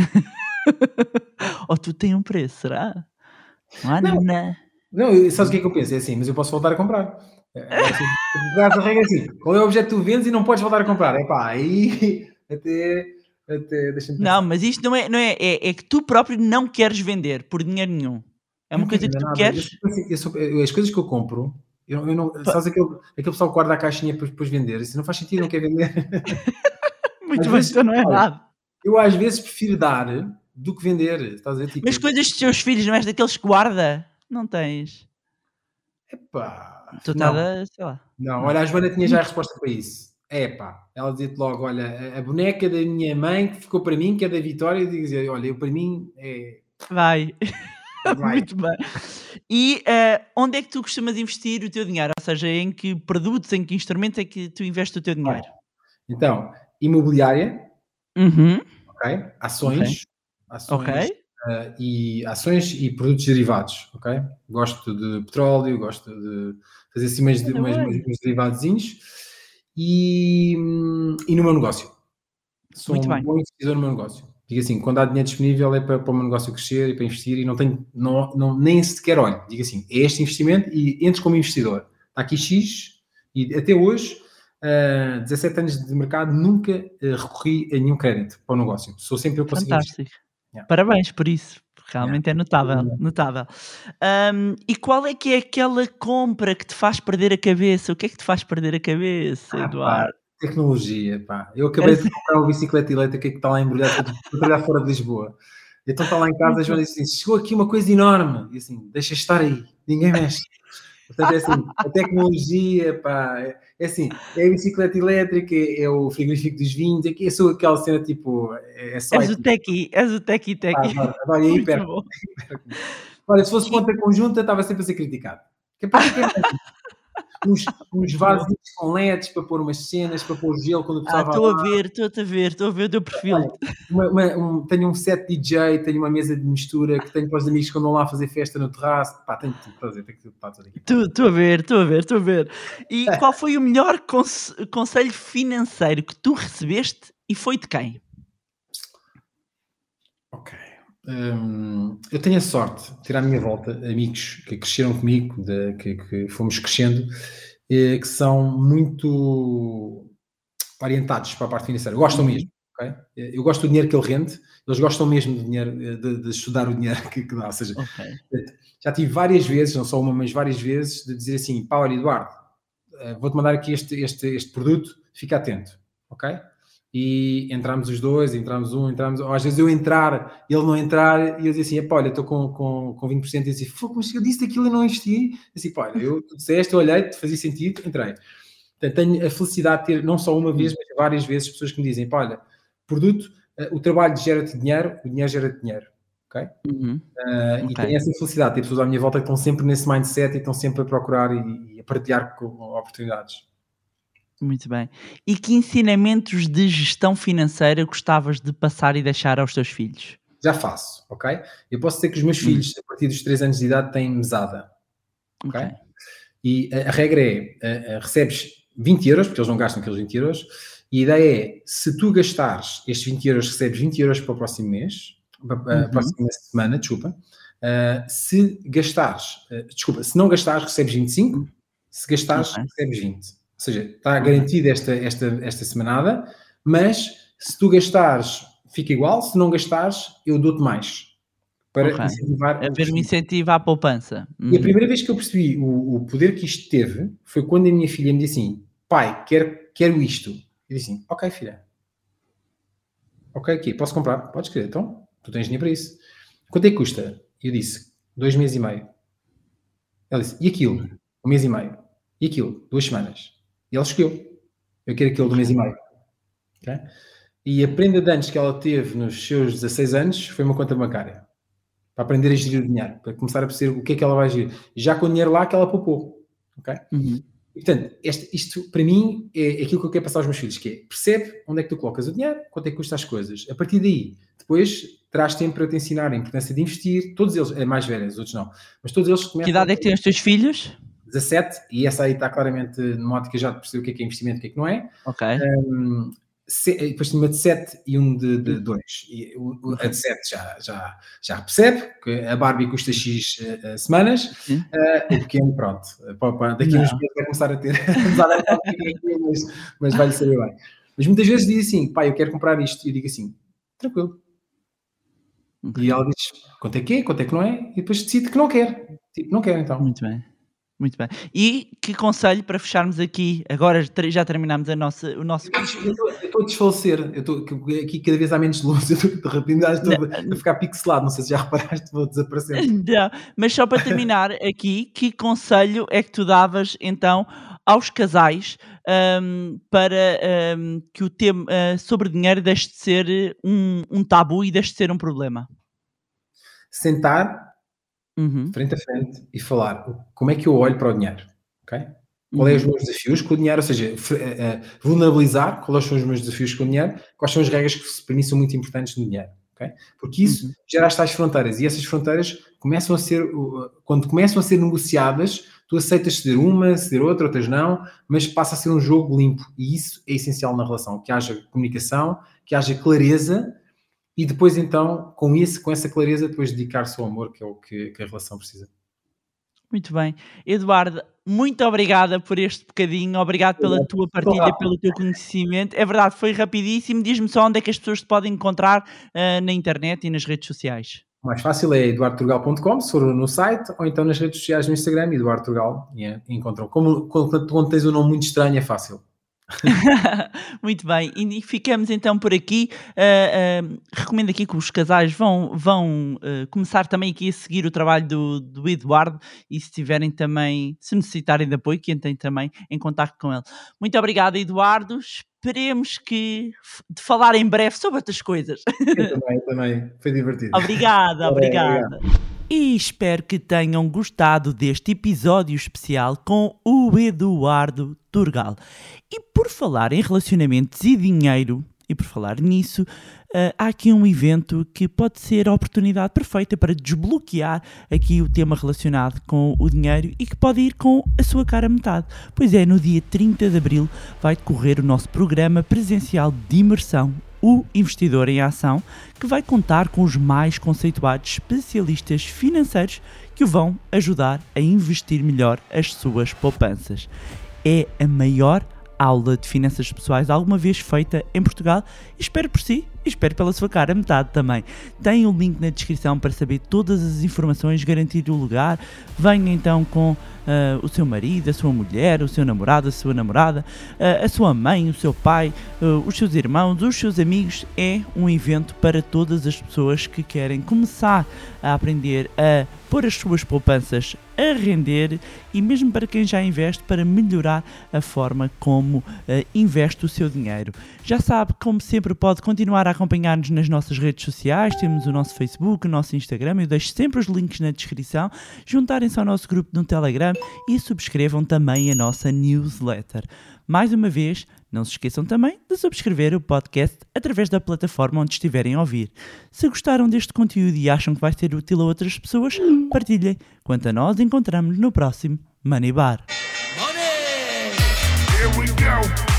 Ou tu tem um preço, será? Não, Não. não. Não, eu- sabes o que é que eu penso? É assim, mas eu posso voltar a comprar. Agora, se pegares a regra é assim, qual é o objeto que tu vendes e não podes voltar a comprar? É pá, aí até, até deixa-me pensar. Não, mas isto não é, não é, é, é que tu próprio não queres vender por dinheiro nenhum. É uma Não coisa quero que tu nada. queres. Eu sou assim, eu sou- eu- as coisas que eu compro, eu, eu não, sabes aquele, aquele pessoal que guarda a caixinha para depois vender? Isso não faz sentido, não quer vender. Muito Às bem, vezes, então não é olha, nada. Eu às vezes prefiro dar do que vender. Estás a ver? Tipo, Mas coisas dos teus filhos, não és daqueles que guarda? Não tens. epá, Tu não, estás a, sei lá. não. Não. Olha, a Joana tinha já a resposta para isso. É pá, ela dizia-te logo, olha, a- a boneca da minha mãe que ficou para mim, que é da Vitória, e dizia, olha, eu para mim é... Vai. Vai. Muito bem. E eh, onde é que tu costumas investir o teu dinheiro? Ou seja, em que produtos, em que instrumentos é que tu investes o teu dinheiro? Então, imobiliária, Uhum. ok? Ações, ações Ok. eh, e ações e produtos derivados, ok? Gosto de petróleo, gosto de fazer assim umas, Olha umas, bem. umas, uns derivadozinhos e, hum, e no meu negócio. Sou Muito um bem. bom investidor no meu negócio. Digo assim, quando há dinheiro disponível é para, para o meu negócio crescer e para investir e não tenho, não, não, nem sequer olho. Digo assim, é este investimento e entres como investidor. Está aqui X, E até hoje, uh, dezassete anos de mercado, nunca uh, recorri a nenhum crédito para o negócio. Sou sempre eu que consegui investir. Fantástico. Yeah. Parabéns por isso, Yeah. realmente é notável, notável. Hum, e qual é que é aquela compra que te faz perder a cabeça? O que é que te faz perder a cabeça, Ah, pá, Eduardo? tecnologia, pá. Eu A acabei de sé comprar uma bicicleta elétrica que está lá embrulhada, estou a trabalhar fora de Lisboa. Então está lá em casa, a Muito Joana bem. disse assim: chegou aqui uma coisa enorme. E assim, deixa estar aí, ninguém mexe. Portanto, é assim, a tecnologia, pá, é é assim, é a bicicleta elétrica, é o frigorífico dos vinhos, é que eu sou aquela cena tipo, é é só És I o T. techie, és o techie Pá, techie. adoro, adoro, e aí Muito perco, bom. perco-me. Olha, se fosse E conta conjunta, estava sempre a ser criticado. Que é para que é que é mais uns, uns muito bom. vasos com L E Ds para pôr umas cenas, para pôr gelo quando o Ah, pessoal vai estou a lá. ver, estou-te a ver, estou a ver o teu perfil. Olha, uma- uma- um- tenho um set D J, tenho uma mesa de mistura que tenho para os amigos que andam lá a fazer festa no terraço. Pá, tenho tudo, estás a ver? Tenho tudo, pá, tudo equipado. Estou a ver, estou a ver, estou a ver. E qual foi o melhor conse conselho financeiro que tu recebeste e foi de quem? Ok. Hum, eu tenho a sorte de ter à minha volta amigos que cresceram comigo, de- que, que fomos crescendo, eh, que são muito orientados para a parte financeira. Gostam mesmo, Uhum. ok? Eh, Eu gosto do dinheiro que ele rende, eles gostam mesmo do dinheiro, eh, de, de estudar o dinheiro que, que dá. Ou seja, Ok. eh, já tive várias vezes, não só uma, mas várias vezes, de dizer assim: pá, olha, Eduardo, eh, vou-te mandar aqui este, este, este produto, fica atento, ok? E entramos os dois, entramos um, entramos, ou às vezes eu entrar, ele não entrar, e eu dizer assim: "Epá, olha, estou com, com, com vinte por cento", e assim: "Fogo, mas eu disse aquilo e não investi", assim: "Pá, olha, eu, tu disseste, eu olhei, fazia sentido, entrei". Portanto, tenho a felicidade de ter, não só uma vez, Hum. mas várias vezes, pessoas que me dizem: "Pá, olha, produto, eh, o trabalho gera-te dinheiro, o dinheiro gera-te dinheiro", ok? Uhum. Uh, e Ok, tenho essa felicidade, ter pessoas à minha volta que estão sempre nesse mindset e estão sempre a procurar e, e a partilhar com oportunidades. muito bem. E que ensinamentos de gestão financeira gostavas de passar e deixar aos teus filhos? Já faço, ok? Eu posso dizer que os meus Hum, filhos, a partir dos três anos de idade, têm mesada, ok. ok? E a, a regra é, uh, uh, recebes vinte euros, porque eles não gastam aqueles vinte euros, e a ideia é, se tu gastares estes vinte euros, recebes vinte euros para o próximo mês, para para a Uhum. próxima semana, desculpa. Uh, se gastares, uh, desculpa, se não gastares, recebes vinte e cinco, Hum, se gastares, ok, recebes vinte. Ou seja, está ok, garantida esta, esta, esta semanada, mas se tu gastares, fica igual, se não gastares, eu dou-te mais, ok. para incentivar o Haver um crescimento. incentivo à poupança. E a Uhum. primeira vez que eu percebi o, o poder que isto teve foi quando a minha filha me disse assim: "Pai, quero, quero isto". Eu disse assim: "Ok, filha, ok, aqui, posso comprar?". "Podes querer, então, tu tens dinheiro para isso". "Quanto é que custa?". Eu disse: "Dois meses e meio". Ela disse: "E aquilo?". "Um mês e meio". "E aquilo?". "Duas semanas". E ela escolheu: "Eu quero aquilo do mês e Ok. meio". Ok? E a prenda de antes que ela teve nos seus dezasseis anos foi uma conta bancária, para aprender a gerir o dinheiro, para começar a perceber o que é que ela vai gerir, já com o dinheiro lá que ela poupou. Ok? Uhum. E, portanto, este, isto para mim é aquilo que eu quero passar aos meus filhos, que é, percebe onde é que tu colocas o dinheiro, quanto é que custa as coisas. A partir daí, depois traz tempo para te ensinar a importância de investir. Todos eles, é mais velhas, outros não, mas todos eles Que começam idade é que têm os teus filhos? dezassete, e essa aí está claramente numa ótica já de perceber o que é que é investimento e o que é que não é. Ok. Um, se, depois tinha uma de sete e um de Hum, dois. E o, o- a ok. de sete já, já, já percebe que a Barbie custa X uh, uh, semanas. Sim. Uh, o pequeno, pronto, pá, pá, daqui a uns Não. meses vai começar a ter, já não sabe o que é aquilo, mas, mas vai-lhe saber bem. Mas muitas vezes diz assim: "Pai, eu quero comprar isto", e eu digo assim: "Tranquilo". Ok. E ela diz: "Quanto é que é, quanto é que não é", e depois decide que não quer. Tipo, não quer então. Muito bem, muito bem. E que conselho para fecharmos aqui, agora ter já terminámos a nossa o nosso Eu quiz. estou a desfalecer, eu estou aqui cada vez há menos luz, eu estou, de repente já estou a ficar pixelado, não sei se já reparaste, vou desaparecendo. Não, mas só para terminar aqui, que conselho é que tu davas então aos casais, hum, para, hum, que o tema, ah, sobre dinheiro deixe de ser eh, um um tabu e deixe de ser um problema? Sentar Uhum, frente a frente e falar o- como é que eu olho para o dinheiro, ok? Qual é os uhum, meus desafios com o dinheiro, ou seja, fre- eh, eh, vulnerabilizar quais são os meus desafios com o dinheiro, quais são as regras que para mim são muito importantes no dinheiro, ok? Porque isso uhum. gera as tais fronteiras, e essas fronteiras começam a ser, uh, quando começam a ser negociadas, tu aceitas ceder uma, ceder outra, outras não, mas passa a ser um jogo limpo, e isso é essencial na relação, que haja comunicação, que haja clareza, e depois então, com isso, com essa clareza, depois dedicar-se ao amor, que é o que, que a relação precisa. Muito bem. Eduardo, muito obrigada por este bocadinho, obrigado pela tua partilha, pelo teu conhecimento. É verdade, foi rapidíssimo. Diz-me só onde é que as pessoas te podem encontrar uh, na internet e nas redes sociais. O mais fácil é eduardo turgal ponto com, se for no site, ou então nas redes sociais no Instagram, Eduardo Turgal, e é, encontram. Como quando, quando tens um nome muito estranho, é fácil. Muito bem, e ficamos então por aqui. Uh, uh, recomendo aqui que os casais vão, vão uh, começar também aqui a seguir o trabalho do, do Eduardo, e se tiverem também, se necessitarem de apoio, que entrem também em contacto com ele. Muito obrigado, Eduardo. Esperemos que de falar em breve sobre outras coisas. Eu também, eu também. Foi divertido. Obrigada, obrigada. Obrigado. E espero que tenham gostado deste episódio especial com o Eduardo Turgal. E por falar em relacionamentos e dinheiro, e por falar nisso, uh, há aqui um evento que pode ser a oportunidade perfeita para desbloquear aqui o tema relacionado com o dinheiro e que pode ir com a sua cara a metade. Pois é, no dia trinta de abril vai decorrer o nosso programa presencial de imersão, o Investidor em Ação, que vai contar com os mais conceituados especialistas financeiros que o vão ajudar a investir melhor as suas poupanças. É a maior aula de finanças pessoais alguma vez feita em Portugal e espero por si e espero pela sua cara a metade também. Tem o link na descrição para saber todas as informações, garantir o lugar. Venha então com uh, o seu marido, a sua mulher, o seu namorado, a sua namorada, uh, a sua mãe, o seu pai, uh, os seus irmãos, os seus amigos. É um evento para todas as pessoas que querem começar a aprender a pôr as suas poupanças a render e mesmo para quem já investe, para melhorar a forma como uh, investe o seu dinheiro. Já sabe, como sempre, pode continuar a acompanhar-nos nas nossas redes sociais. Temos o nosso Facebook, o nosso Instagram. Eu deixo sempre os links na descrição. Juntarem-se ao nosso grupo no Telegram e subscrevam também a nossa newsletter. Mais uma vez, não se esqueçam também de subscrever o podcast através da plataforma onde estiverem a ouvir. Se gostaram deste conteúdo e acham que vai ser útil a outras pessoas, partilhem. Quanto a nós, encontramos-nos no próximo Money Bar. Money! Here we go.